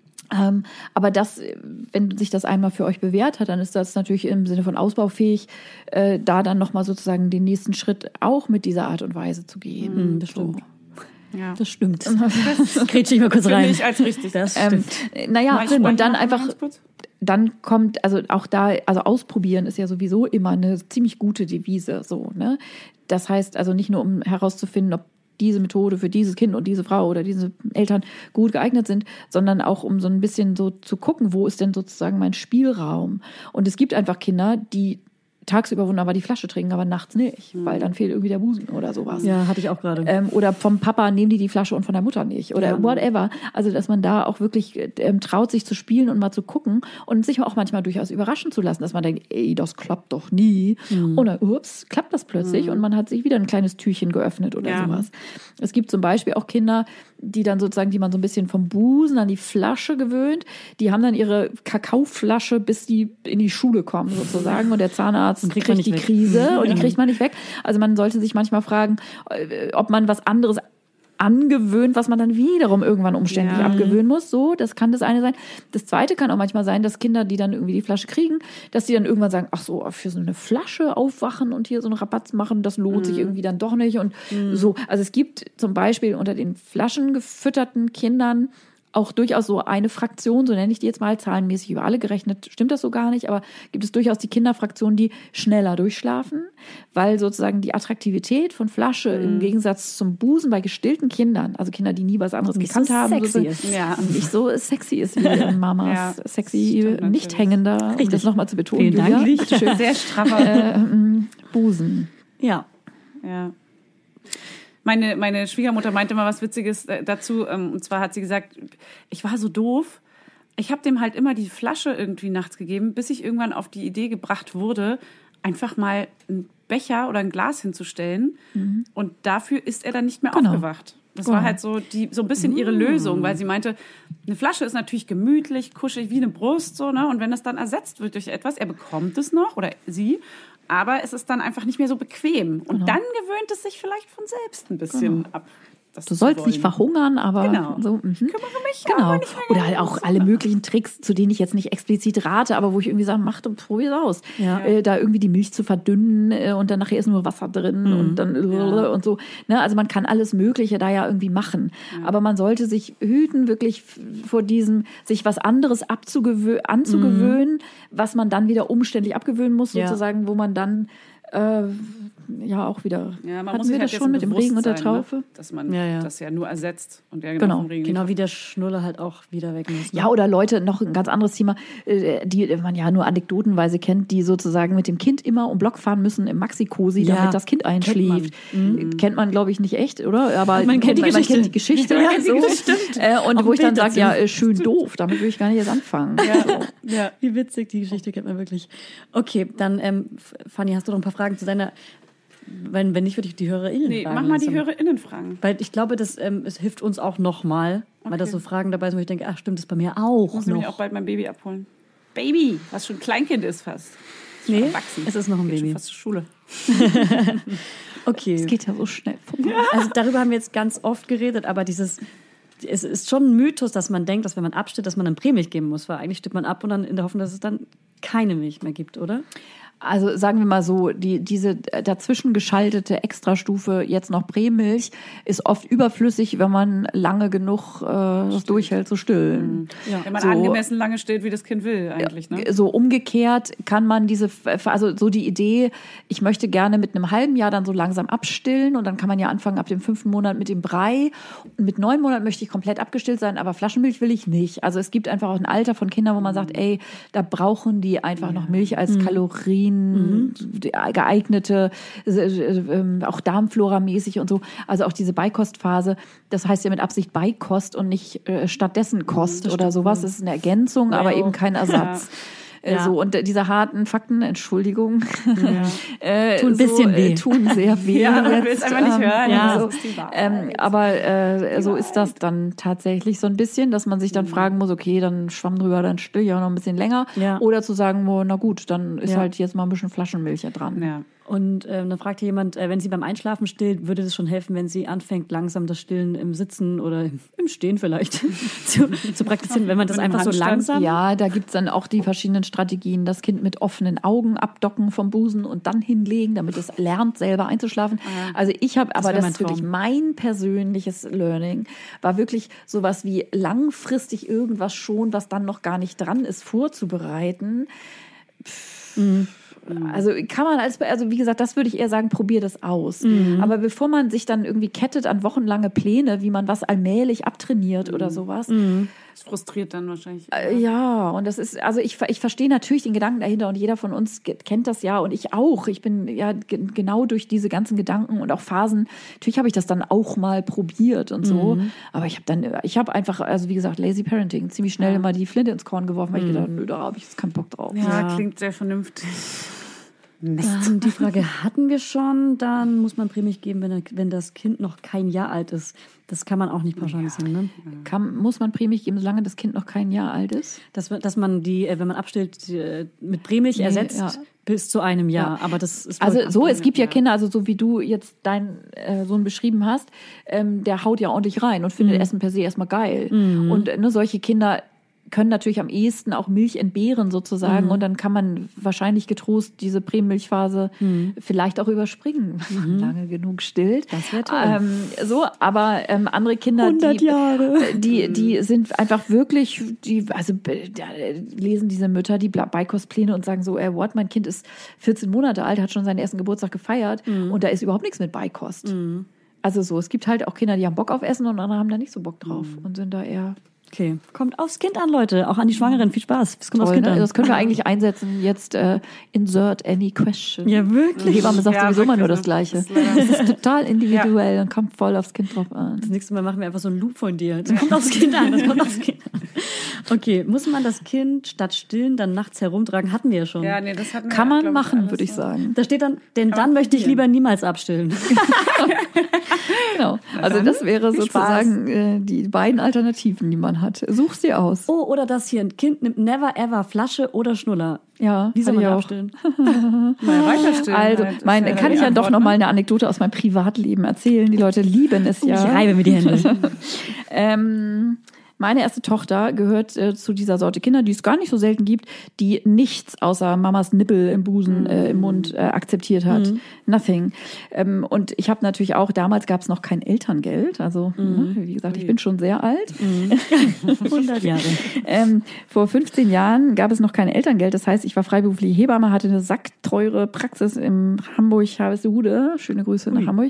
Aber das, wenn sich das einmal für euch bewährt hat, dann ist das natürlich im Sinne von ausbaufähig, da dann nochmal sozusagen den nächsten Schritt auch mit dieser Art und Weise zu gehen. Das stimmt. Ja. Das stimmt. Das grätsche ich mal kurz rein. Ich als richtig. Das stimmt. Und dann einfach, dann kommt, also auch da, also ausprobieren ist ja sowieso immer eine ziemlich gute Devise, so, ne? Das heißt also nicht nur, um herauszufinden, ob diese Methode für dieses Kind und diese Frau oder diese Eltern gut geeignet sind, sondern auch um so ein bisschen so zu gucken, wo ist denn sozusagen mein Spielraum? Und es gibt einfach Kinder, die tagsüber wunderbar die Flasche trinken, aber nachts nicht, weil dann fehlt irgendwie der Busen oder sowas. Ja, hatte ich auch gerade. Oder vom Papa nehmen die Flasche und von der Mutter nicht oder whatever. Also, dass man da auch wirklich traut, sich zu spielen und mal zu gucken und sich auch manchmal durchaus überraschen zu lassen, dass man denkt, ey, das klappt doch nie. Und dann, ups, klappt das plötzlich und man hat sich wieder ein kleines Türchen geöffnet oder sowas. Es gibt zum Beispiel auch Kinder, die dann sozusagen, die man so ein bisschen vom Busen an die Flasche gewöhnt, die haben dann ihre Kakaoflasche, bis die in die Schule kommen sozusagen und der Zahnarzt kriegt die Krise und die kriegt man nicht weg. Also man sollte sich manchmal fragen, ob man was anderes angewöhnt, was man dann wiederum irgendwann umständlich abgewöhnen muss. So, das kann das eine sein. Das zweite kann auch manchmal sein, dass Kinder, die dann irgendwie die Flasche kriegen, dass die dann irgendwann sagen, ach so, für so eine Flasche aufwachen und hier so einen Rabatz machen, das lohnt sich irgendwie dann doch nicht und so. Also es gibt zum Beispiel unter den flaschengefütterten Kindern auch durchaus so eine Fraktion, so nenne ich die jetzt mal, zahlenmäßig über alle gerechnet, stimmt das so gar nicht, aber gibt es durchaus die Kinderfraktion, die schneller durchschlafen, weil sozusagen die Attraktivität von Flasche im Gegensatz zum Busen bei gestillten Kindern, also Kinder, die nie was anderes gekannt haben, nicht so sexy ist wie Mamas sexy, nicht hängender, um das nochmal zu betonen. Vielen Dank. Bitte schön. Sehr straffer Busen. Ja. Meine Schwiegermutter meinte mal was Witziges dazu. Und zwar hat sie gesagt, ich war so doof. Ich habe dem halt immer die Flasche irgendwie nachts gegeben, bis ich irgendwann auf die Idee gebracht wurde, einfach mal einen Becher oder ein Glas hinzustellen. Und dafür ist er dann nicht mehr aufgewacht. Das war halt so ein bisschen ihre Lösung, weil sie meinte, eine Flasche ist natürlich gemütlich, kuschelig wie eine Brust, so, ne? Und wenn das dann ersetzt wird durch etwas, er bekommt es noch oder sie, aber es ist dann einfach nicht mehr so bequem. Und dann gewöhnt es sich vielleicht von selbst ein bisschen ab. Du sollst nicht verhungern, aber so. Ich kümmere mich. Genau. Oder halt auch alle möglichen Tricks, zu denen ich jetzt nicht explizit rate, aber wo ich irgendwie sage, probier es aus. Ja. Da irgendwie die Milch zu verdünnen und dann nachher ist nur Wasser drin und dann und so. Ne? Also man kann alles Mögliche da ja irgendwie machen. Ja. Aber man sollte sich hüten, wirklich vor diesem, sich was anderes anzugewöhnen, was man dann wieder umständlich abgewöhnen muss, sozusagen, wo man dann auch wieder. Ja, man hatten muss wir sich das halt schon mit dem Regen und der Traufe? Ne? Dass man das ja nur ersetzt und genau. vom Regen. Genau wie der Schnuller halt auch wieder weg muss. Ne? Ja, oder Leute, noch ein ganz anderes Thema, die man ja nur anekdotenweise kennt, die sozusagen mit dem Kind immer um Block fahren müssen im Maxi-Cosi, damit das Kind einschläft. Kennt man, glaube ich, nicht echt, oder? Aber man kennt die Geschichte. Man kennt die Geschichte. Ja, so. Stimmt. Und wo ich dann sage, schön doof, damit will ich gar nicht erst anfangen. Ja, wie witzig, die Geschichte kennt man wirklich. Okay, dann, Fanny, hast du noch ein paar Fragen zu deiner... Wenn nicht, würde ich die HörerInnen fragen. Mach mal die HörerInnen fragen. Weil ich glaube, es hilft uns auch nochmal, weil da so Fragen dabei sind, wo ich denke, ach stimmt, das ist bei mir auch ich muss nämlich auch bald mein Baby abholen. Baby, was schon ein Kleinkind ist fast. Nee, es ist noch ein Baby. Schon fast zur Schule. Okay. Es geht ja so schnell vorbei. Ja. Also darüber haben wir jetzt ganz oft geredet, aber es ist schon ein Mythos, dass man denkt, dass wenn man abstillt, dass man dann Prämilch geben muss, weil eigentlich stillt man ab und dann in der Hoffnung, dass es dann keine Milch mehr gibt, oder? Also sagen wir mal so, diese dazwischen geschaltete Extrastufe, jetzt noch Prämilch, ist oft überflüssig, wenn man lange genug das durchhält zu stillen. Ja. Wenn man angemessen lange stillt, wie das Kind will eigentlich. Ne? So umgekehrt kann man also so die Idee, ich möchte gerne mit einem halben Jahr dann so langsam abstillen und dann kann man ja anfangen ab dem 5. Monat mit dem Brei. Und mit 9 Monaten möchte ich komplett abgestillt sein, aber Flaschenmilch will ich nicht. Also es gibt einfach auch ein Alter von Kindern, wo man sagt, ey, da brauchen die irgendwie einfach noch Milch als Kalorien geeignete, auch Darmflora-mäßig und so. Also auch diese Beikostphase, das heißt ja mit Absicht Beikost und nicht stattdessen Kost oder sowas. Das ist eine Ergänzung, aber eben kein Ersatz. Ja. So, und diese harten Fakten, Entschuldigung, tun ein bisschen weh. Tun sehr weh. Ja, man will es einfach nicht hören. Ja. Das ist die Wahrheit. Aber so ist das dann tatsächlich so ein bisschen, dass man sich dann fragen muss, okay, dann schwamm drüber, dann still ich auch noch ein bisschen länger. Ja. Oder zu sagen, na gut, dann ist halt jetzt mal ein bisschen Flaschenmilch dran. Ja. Und dann fragt jemand, wenn sie beim Einschlafen stillt, würde das schon helfen, wenn sie anfängt, langsam das Stillen im Sitzen oder im Stehen vielleicht zu praktizieren, wenn man das einfach so langsam... Ja, da gibt's dann auch die verschiedenen Strategien. Das Kind mit offenen Augen abdocken vom Busen und dann hinlegen, damit es lernt, selber einzuschlafen. Also ich habe, aber das ist wirklich mein persönliches Learning, war wirklich sowas wie langfristig irgendwas schon, was dann noch gar nicht dran ist, vorzubereiten. Also kann man also wie gesagt, das würde ich eher sagen, probier das aus. Aber bevor man sich dann irgendwie kettet an wochenlange Pläne, wie man was allmählich abtrainiert oder sowas. Das frustriert dann wahrscheinlich. Ja, und das ist, also ich verstehe natürlich den Gedanken dahinter und jeder von uns kennt das ja und ich auch. Ich bin ja genau durch diese ganzen Gedanken und auch Phasen, natürlich habe ich das dann auch mal probiert und so, aber ich habe einfach, also wie gesagt, Lazy Parenting, ziemlich schnell immer die Flinte ins Korn geworfen, weil ich gedacht, nö, da habe ich jetzt keinen Bock drauf. Ja, klingt sehr vernünftig. Die Frage hatten wir schon. Dann muss man Prämilch geben, wenn das Kind noch kein Jahr alt ist. Das kann man auch nicht pauschalisieren, ne? Muss man Prämilch geben, solange das Kind noch kein Jahr alt ist? Dass man die, wenn man abstillt, mit Prämilch ersetzt bis zu einem Jahr. Ja. Aber das ist also so, es gibt ja Kinder, also so wie du jetzt deinen Sohn beschrieben hast, der haut ja ordentlich rein und findet Essen per se erstmal geil. Und solche Kinder können natürlich am ehesten auch Milch entbehren sozusagen und dann kann man wahrscheinlich getrost diese Prämilchphase vielleicht auch überspringen, wenn man lange genug stillt. Das wäre toll. Aber andere Kinder, die sind einfach wirklich, lesen diese Mütter die Beikostpläne und sagen so, mein Kind ist 14 Monate alt, hat schon seinen ersten Geburtstag gefeiert und da ist überhaupt nichts mit Beikost. Also so, es gibt halt auch Kinder, die haben Bock auf Essen und andere haben da nicht so Bock drauf und sind da eher... Okay, kommt aufs Kind an, Leute. Auch an die Schwangeren. Viel Spaß. Es kommt aufs Kind an. Das können wir eigentlich einsetzen. Jetzt insert any question. Ja, wirklich. Die Hebamme sagt sowieso immer nur das Gleiche. Das ist total individuell und kommt voll aufs Kind drauf an. Das nächste Mal machen wir einfach so einen Loop von dir. Das kommt aufs Kind an. Das kommt aufs Kind an. Okay, muss man das Kind statt stillen dann nachts herumtragen? Hatten wir ja schon. Ja, nee, das hatten wir. Kann man machen, würde ich sagen. Da steht dann, denn dann möchte ich lieber niemals abstillen. Genau. Also das wäre sozusagen die beiden Alternativen, die man hat. Such's dir aus. Oh, oder das hier, ein Kind nimmt never ever Flasche oder Schnuller. Ja, wie soll man abstillen? Weiter stillen. Also, kann ich ja doch noch mal eine Anekdote aus meinem Privatleben erzählen. Die Leute lieben es ja. Ich reibe mir die Hände. Meine erste Tochter gehört zu dieser Sorte Kinder, die es gar nicht so selten gibt, die nichts außer Mamas Nippel im Busen, im Mund akzeptiert hat. Nothing. Und ich habe natürlich auch, damals gab es noch kein Elterngeld. Also, wie gesagt, ich bin schon sehr alt. 100 Jahre. Vor 15 Jahren gab es noch kein Elterngeld. Das heißt, ich war freiberufliche Hebamme, hatte eine sackteure Praxis in Hamburg-Harvestehude. Schöne Grüße nach Hamburg.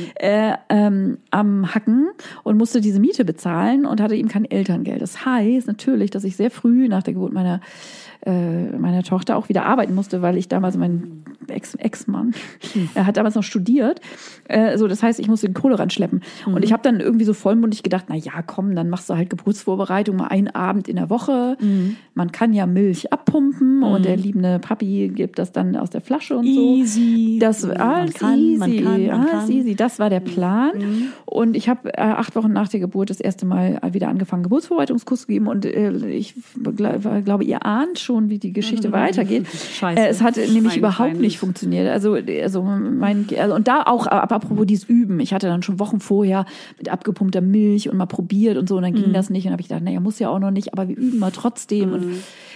Am Hacken und musste diese Miete bezahlen und hatte eben kein Elterngeld. Das heißt natürlich, dass ich sehr früh nach der Geburt meiner Tochter auch wieder arbeiten musste, weil ich damals, mein Ex-Mann, er hat damals noch studiert. Das heißt, ich musste den Kohle ranschleppen. Und ich habe dann irgendwie so vollmundig gedacht, na ja, komm, dann machst du halt Geburtsvorbereitung mal einen Abend in der Woche. Man kann ja Milch abpumpen und der liebende Papi gibt das dann aus der Flasche und so. Easy. Das alles easy. Das war der Plan. Und ich habe 8 Wochen nach der Geburt das erste Mal wieder angefangen, Geburtsvorbereitungskurs zu geben. Und ich glaube, ihr ahnt schon, wie die Geschichte weitergeht. Scheiße. Es hat nämlich überhaupt nicht funktioniert. Und da auch, apropos dieses Üben, ich hatte dann schon Wochen vorher mit abgepumpter Milch und mal probiert und so, und dann ging das nicht. Und habe ich gedacht, naja, muss ja auch noch nicht, aber wir üben mal trotzdem. Und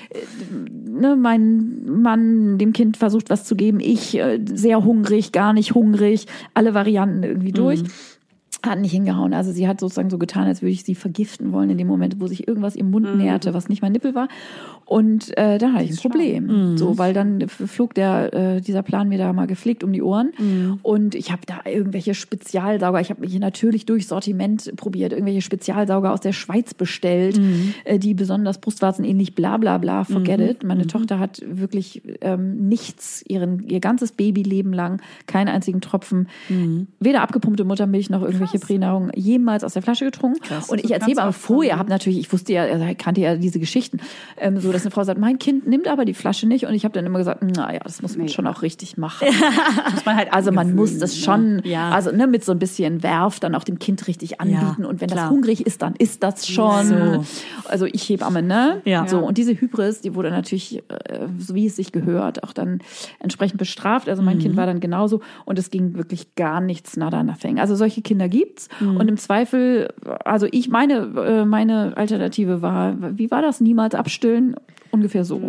mein Mann dem Kind versucht, was zu geben. Ich sehr hungrig, gar nicht hungrig, alle Varianten irgendwie durch. Hat nicht hingehauen. Also sie hat sozusagen so getan, als würde ich sie vergiften wollen in dem Moment, wo sich irgendwas im Mund näherte, was nicht mein Nippel war. Und da hatte ich ein Problem. So, weil dann flog dieser Plan mir da mal gepflegt um die Ohren. Und ich habe da irgendwelche Spezialsauger, ich habe mich natürlich durch Sortiment probiert, irgendwelche Spezialsauger aus der Schweiz bestellt, die besonders brustwarzenähnlich bla bla bla, forget it. Meine Tochter hat wirklich nichts, ihr ganzes Babyleben lang, keinen einzigen Tropfen, weder abgepumpte Muttermilch noch irgendwelche Pränahrung jemals aus der Flasche getrunken. Krass, und ich erzähle aber vorher, ich wusste ja, kannte ja diese Geschichten, so dass eine Frau sagt, mein Kind nimmt aber die Flasche nicht. Und ich habe dann immer gesagt, naja, das muss man schon auch richtig machen. Muss man halt also man muss das schon, also mit so ein bisschen Werf dann auch dem Kind richtig anbieten. Und wenn das hungrig ist, dann ist das schon. So. Also ich Hebamme, ne? Ja. So, und diese Hybris, die wurde natürlich, so wie es sich gehört, auch dann entsprechend bestraft. Also mein Kind war dann genauso. Und es ging wirklich gar nichts, nada, nothing. Also solche Kinder gibt's. Und im Zweifel, also meine Alternative war, wie war das? Niemals abstillen? Ungefähr so.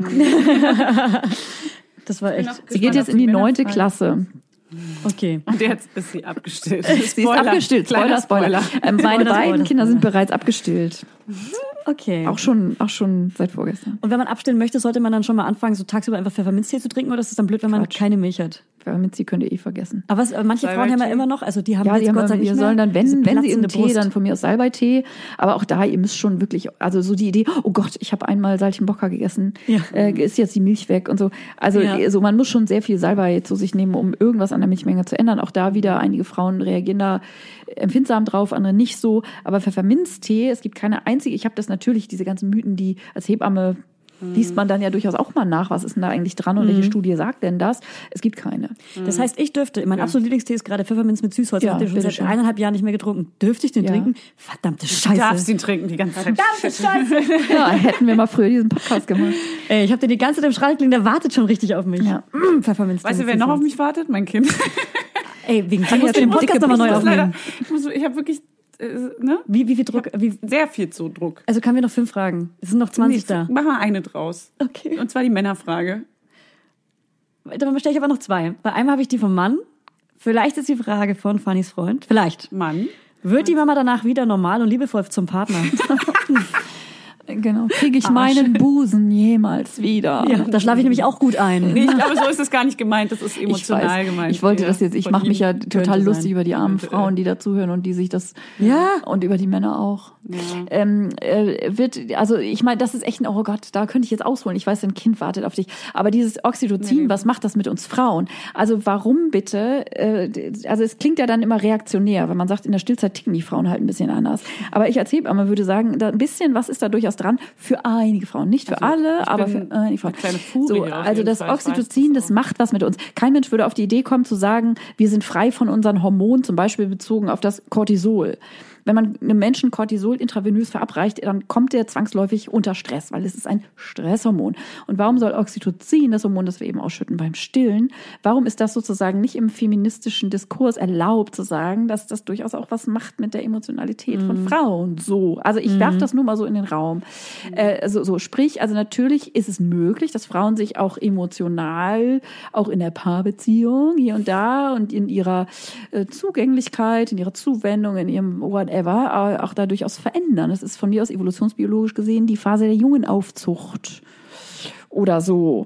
Das war echt. Sie geht jetzt in die 9. Klasse. Okay. Und jetzt ist sie abgestillt. Sie ist abgestillt. Spoiler. Meine beiden Kinder sind bereits abgestillt. Okay. Auch schon seit vorgestern. Und wenn man abstillen möchte, sollte man dann schon mal anfangen, so tagsüber einfach Pfefferminztee zu trinken, oder ist es dann blöd, wenn man keine Milch hat? Pfefferminztee könnt ihr vergessen. Aber manche Frauen haben ja immer noch, also die haben jetzt Gott sei Dank nicht mehr. Sollen dann, wenn sie einen Tee, dann von mir aus Salbeitee. Aber auch da, ihr müsst schon wirklich, also so die Idee, oh Gott, ich habe einmal Salzchenbocker gegessen, ist jetzt die Milch weg und so. Also so, man muss schon sehr viel Salbei zu sich nehmen, um irgendwas an der Milchmenge zu ändern. Auch da wieder, einige Frauen reagieren da empfindsam drauf, andere nicht so. Aber Pfefferminztee, es gibt keine einzige, ich habe das natürlich, diese ganzen Mythen, die als Hebamme liest man dann ja durchaus auch mal nach, was ist denn da eigentlich dran und welche Studie sagt denn das? Es gibt keine. Das heißt, ich dürfte, mein absoluter Lieblingstee ist gerade Pfefferminz mit Süßholz, ich habe den schon seit 1,5 Jahren nicht mehr getrunken. Dürfte ich den trinken? Verdammte Scheiße. Du darfst ihn trinken die ganze Zeit. Verdammte Scheiße. Ja, hätten wir mal früher diesen Podcast gemacht. Ich habe den die ganze Zeit im Schrank liegen, der wartet schon richtig auf mich. Ja. Pfefferminz. Weißt du, wer noch auf mich wartet? Mein Kind. Wegen dir musst du den Podcast nochmal neu aufnehmen. Ich habe wirklich ne? Wie viel Druck? Sehr viel zu Druck. Also kann wir noch 5 Fragen? Es sind noch 20 da. Mach mal eine draus. Okay. Und zwar die Männerfrage. Dann stelle ich aber noch 2. Bei einem habe ich die vom Mann. Vielleicht ist die Frage von Fannys Freund. Vielleicht. Mann. Wird die Mama danach wieder normal und liebevoll zum Partner? Genau. Kriege ich meinen Busen jemals wieder? Ja, da schlafe ich nämlich auch gut ein. Nee, ich glaube, so ist es gar nicht gemeint. Das ist emotional gemeint. Ich wollte das jetzt, ich mache mich ja total lustig über die armen Frauen, die dazuhören und die sich das, und über die Männer auch. Ja. Also ich meine, das ist echt ein, oh Gott, da könnte ich jetzt ausholen. Ich weiß, ein Kind wartet auf dich. Aber dieses Oxytocin, was macht das mit uns Frauen? Also warum bitte, also es klingt ja dann immer reaktionär, wenn man sagt, in der Stillzeit ticken die Frauen halt ein bisschen anders. Aber ich als Hebamme würde sagen, da ein bisschen, was ist da durchaus dran? Für einige Frauen. Nicht für alle, aber für einige Frauen. So, also das Oxytocin, das macht was mit uns. Kein Mensch würde auf die Idee kommen zu sagen, wir sind frei von unseren Hormonen, zum Beispiel bezogen auf das Cortisol. Wenn man einem Menschen Cortisol intravenös verabreicht, dann kommt der zwangsläufig unter Stress, weil es ist ein Stresshormon. Und warum soll Oxytocin, das Hormon, das wir eben ausschütten beim Stillen, warum ist das sozusagen nicht im feministischen Diskurs erlaubt zu sagen, dass das durchaus auch was macht mit der Emotionalität von Frauen? So, also ich werfe das nur mal so in den Raum. Sprich, also natürlich ist es möglich, dass Frauen sich auch emotional, auch in der Paarbeziehung hier und da und in ihrer Zugänglichkeit, in ihrer Zuwendung, in ihrem whatever, auch da durchaus verändern. Das ist von mir aus evolutionsbiologisch gesehen die Phase der Jungenaufzucht oder so.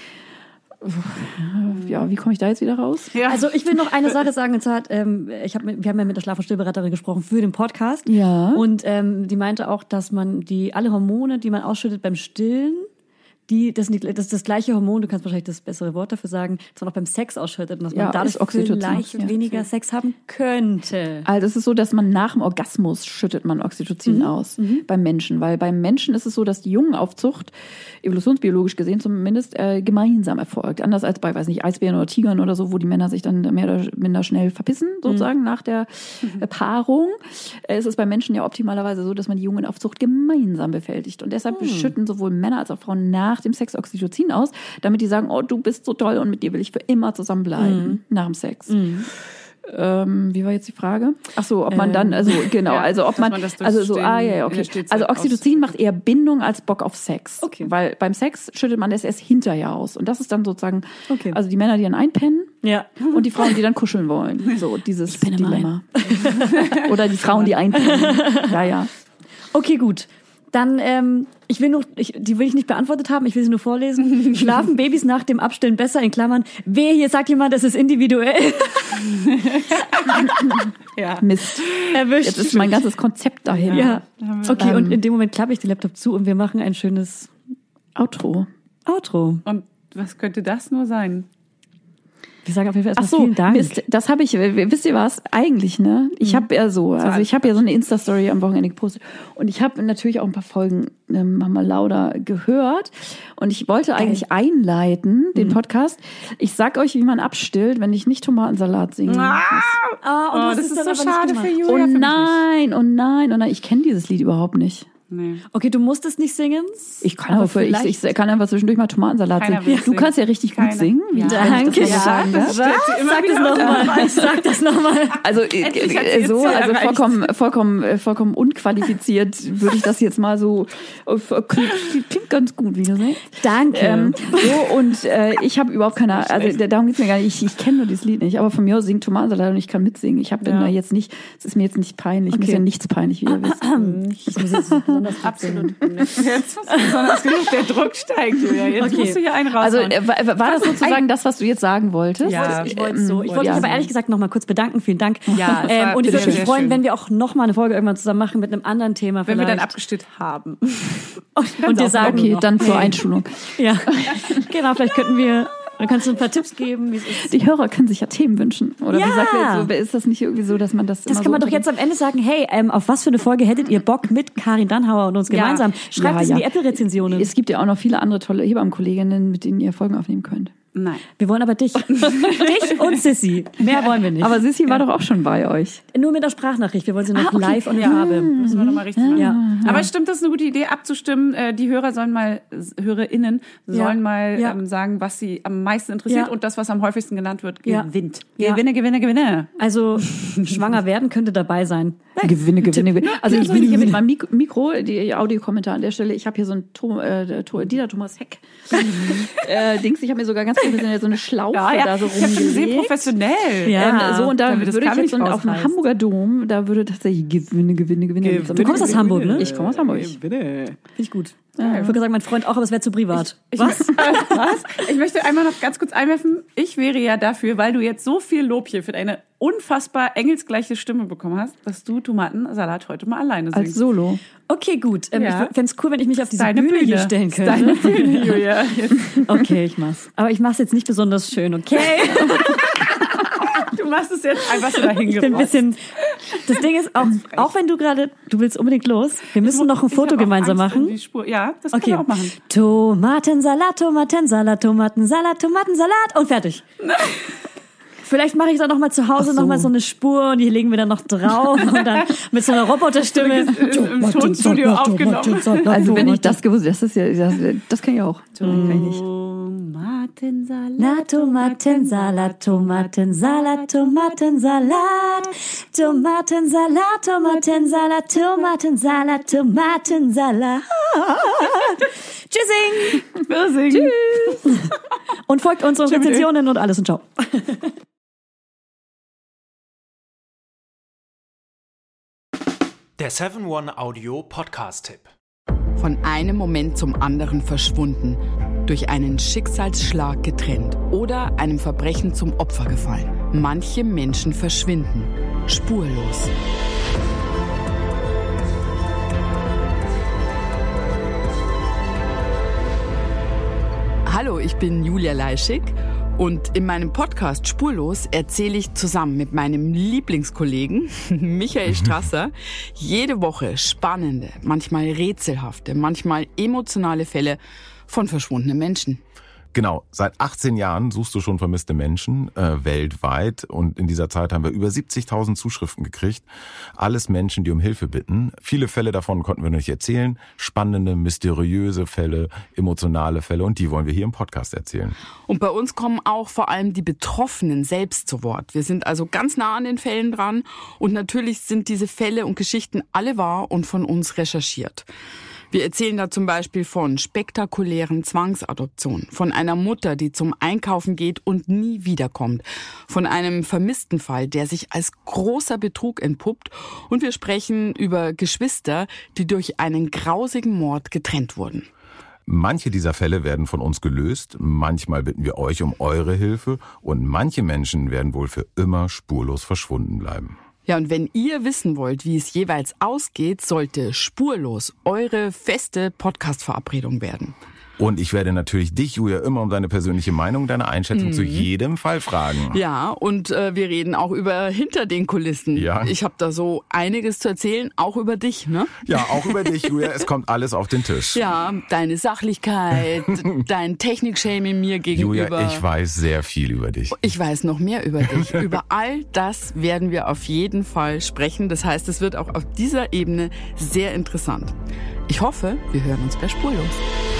Ja, wie komme ich da jetzt wieder raus? Ja. Also ich will noch eine Sache sagen. Und zwar wir haben ja mit der Schlaf- und Stillberaterin gesprochen für den Podcast. Ja. Und die meinte auch, dass man alle Hormone, die man ausschüttet beim Stillen, das ist das gleiche Hormon, du kannst wahrscheinlich das bessere Wort dafür sagen, das man auch beim Sex ausschüttet und dass man dadurch vielleicht weniger Sex haben könnte. Also es ist so, dass man nach dem Orgasmus schüttet man Oxytocin aus beim Menschen, weil beim Menschen ist es so, dass die Jungenaufzucht, evolutionsbiologisch gesehen zumindest, gemeinsam erfolgt. Anders als bei, weiß nicht, Eisbären oder Tigern oder so, wo die Männer sich dann mehr oder minder schnell verpissen, sozusagen, nach der Paarung. Es ist bei Menschen ja optimalerweise so, dass man die Jungenaufzucht gemeinsam bewältigt. Und deshalb schütten sowohl Männer als auch Frauen nach dem Sex Oxytocin aus, damit die sagen, oh, du bist so toll und mit dir will ich für immer zusammenbleiben nach dem Sex. Wie war jetzt die Frage? Ach so, ob man dann, also genau, also ob man also so, okay. Also Oxytocin macht eher Bindung als Bock auf Sex. Okay. Weil beim Sex schüttet man das erst hinterher aus. Und das ist dann sozusagen, also die Männer, die dann einpennen, Ja. Und die Frauen, die dann kuscheln wollen. So, dieses Dilemma. Oder die Frauen, die einpennen. Ja. Okay, gut. Dann, die will ich nicht beantwortet haben, ich will sie nur vorlesen. Schlafen Babys nach dem Abstillen besser, in Klammern, wehe, hier sagt jemand, das ist individuell. Ja. Mist. Erwischt. Jetzt ist mein ganzes Konzept dahin. Ja. Okay, und in dem Moment klappe ich den Laptop zu und wir machen ein schönes Outro. Und was könnte das nur sein? Wir sagen auf jeden Fall erstmal vielen Dank. Mist, das habe ich, wisst ihr was? Eigentlich, ne? Ich habe ja so eine Insta-Story am Wochenende gepostet und ich habe natürlich auch ein paar Folgen Mama Lauda gehört und ich wollte eigentlich einleiten, den Podcast. Ich sag euch, wie man abstillt, wenn ich nicht Tomatensalat singe. Das ist so schade für Julia. Oh nein, ich kenne dieses Lied überhaupt nicht. Nee. Okay, du musst es nicht singen. Ich kann ich kann einfach zwischendurch mal Tomatensalat singen. Du kannst ja richtig gut singen. Ja. Danke. Sag das nochmal. Also vollkommen unqualifiziert würde ich das jetzt mal so, klingt ganz gut, wie du sagst. Danke. Ich habe überhaupt keine, also darum geht's mir gar nicht, ich kenne nur dieses Lied nicht, aber von mir aus singt Tomatensalat und ich kann mitsingen. Ich bin da jetzt nicht, es ist mir jetzt nicht peinlich, mir ist ja nichts peinlich, wie ihr wisst. Ich muss jetzt absolut nicht. Jetzt besonders genug, der Druck steigt, Julia. Jetzt musst du hier einen raushauen. Also war das sozusagen das, was du jetzt sagen wolltest? Ja, ich wollte es so. Ich wollte mich aber ehrlich gesagt noch mal kurz bedanken. Vielen Dank. Ja, und ich würde mich freuen, wenn wir auch noch mal eine Folge irgendwann zusammen machen mit einem anderen Thema. Wenn wir dann abgestimmt haben. Und dir sagen, okay, dann zur Einschulung. Ja, genau. Vielleicht könnten wir... Dann kannst du ein paar Tipps geben, wie es ist. Die Hörer können sich ja Themen wünschen. Oder wie sagt ihr jetzt so, ist das nicht irgendwie so, dass man das kann man doch jetzt am Ende sagen, hey, auf was für eine Folge hättet ihr Bock mit Karin Dannhauer und uns gemeinsam? Schreibt es in die Apple-Rezensionen. Es gibt ja auch noch viele andere tolle Hebammenkolleginnen, mit denen ihr Folgen aufnehmen könnt. Nein. Wir wollen aber dich. Dich und Sissi. Mehr wollen wir nicht. Aber Sissi war doch auch schon bei euch. Nur mit der Sprachnachricht. Wir wollen sie noch live und in Farbe. Müssen wir nochmal richtig machen. Ja. Aber stimmt, das ist eine gute Idee, abzustimmen. Die HörerInnen sollen mal sagen, was sie am meisten interessiert und das, was am häufigsten genannt wird, gewinnt. Ja. Gewinne. Also, schwanger werden könnte dabei sein. Gewinne. Also ich bin hier mit meinem Mikro, die Audiokommentar an der Stelle, ich habe hier so ein Dieter Thomas Heck Dings, ich habe mir sogar ganz professionell so eine Schlaufe da so rumgelegt. Sehr professionell. Ja. Und da würde ich jetzt auf dem Hamburger Dom, da würde tatsächlich Gewinne. Du kommst aus Hamburg, ne? Ich komme aus Hamburg. Finde ich gut. Ja. Ich würde sagen, mein Freund auch, aber es wäre zu privat. Was? Ich möchte einmal noch ganz kurz einwerfen. Ich wäre ja dafür, weil du jetzt so viel Lob hier für deine unfassbar engelsgleiche Stimme bekommen hast, dass du Tomatensalat heute mal alleine singst. Als Solo. Okay, gut. Ich fände es cool, wenn ich mich auf diese Bühne hier stellen könnte. Deine Bühne, Julia. Okay, ich mach's. Aber ich mach's jetzt nicht besonders schön, okay? Du machst es jetzt einfach so dahin Ich bin ein bisschen... Das Ding ist, auch wenn du willst unbedingt los, wir müssen noch ein Foto gemeinsam machen. Ja, das können wir auch machen. Tomatensalat und fertig. Vielleicht mache ich dann noch mal zu Hause noch mal so eine Spur und die legen wir dann noch drauf und dann mit so einer Roboterstimme im Tonstudio aufgenommen. Also wenn ich das gewusst hätte, das kann ich auch. Tomatensalat, Tomatensalat, Tomatensalat, Tomatensalat, Tomatensalat, Tomatensalat, Tomatensalat, Tomatensalat. Tschüssing. Tschüss. Und folgt unseren Rezensionen und alles und ciao. Der 7-One Audio Podcast-Tipp. Von einem Moment zum anderen verschwunden, durch einen Schicksalsschlag getrennt oder einem Verbrechen zum Opfer gefallen. Manche Menschen verschwinden spurlos. Hallo, ich bin Julia Leischig und in meinem Podcast Spurlos erzähle ich zusammen mit meinem Lieblingskollegen Michael Strasser jede Woche spannende, manchmal rätselhafte, manchmal emotionale Fälle von verschwundenen Menschen. Genau, seit 18 Jahren suchst du schon vermisste Menschen weltweit und in dieser Zeit haben wir über 70.000 Zuschriften gekriegt. Alles Menschen, die um Hilfe bitten. Viele Fälle davon konnten wir nicht erzählen. Spannende, mysteriöse Fälle, emotionale Fälle und die wollen wir hier im Podcast erzählen. Und bei uns kommen auch vor allem die Betroffenen selbst zu Wort. Wir sind also ganz nah an den Fällen dran und natürlich sind diese Fälle und Geschichten alle wahr und von uns recherchiert. Wir erzählen da zum Beispiel von spektakulären Zwangsadoptionen, von einer Mutter, die zum Einkaufen geht und nie wiederkommt, von einem vermissten Fall, der sich als großer Betrug entpuppt, und wir sprechen über Geschwister, die durch einen grausigen Mord getrennt wurden. Manche dieser Fälle werden von uns gelöst, manchmal bitten wir euch um eure Hilfe und manche Menschen werden wohl für immer spurlos verschwunden bleiben. Ja, und wenn ihr wissen wollt, wie es jeweils ausgeht, sollte Spurlos eure feste Podcast-Verabredung werden. Und ich werde natürlich dich, Julia, immer um deine persönliche Meinung, deine Einschätzung zu jedem Fall fragen. Ja, und wir reden auch über hinter den Kulissen. Ja. Ich habe da so einiges zu erzählen, auch über dich, ne? Ja, auch über dich, Julia. Es kommt alles auf den Tisch. Ja, deine Sachlichkeit, dein Technik-Shaming mir gegenüber. Julia, ich weiß sehr viel über dich. Ich weiß noch mehr über dich. Über all das werden wir auf jeden Fall sprechen. Das heißt, es wird auch auf dieser Ebene sehr interessant. Ich hoffe, wir hören uns bei Spurlos.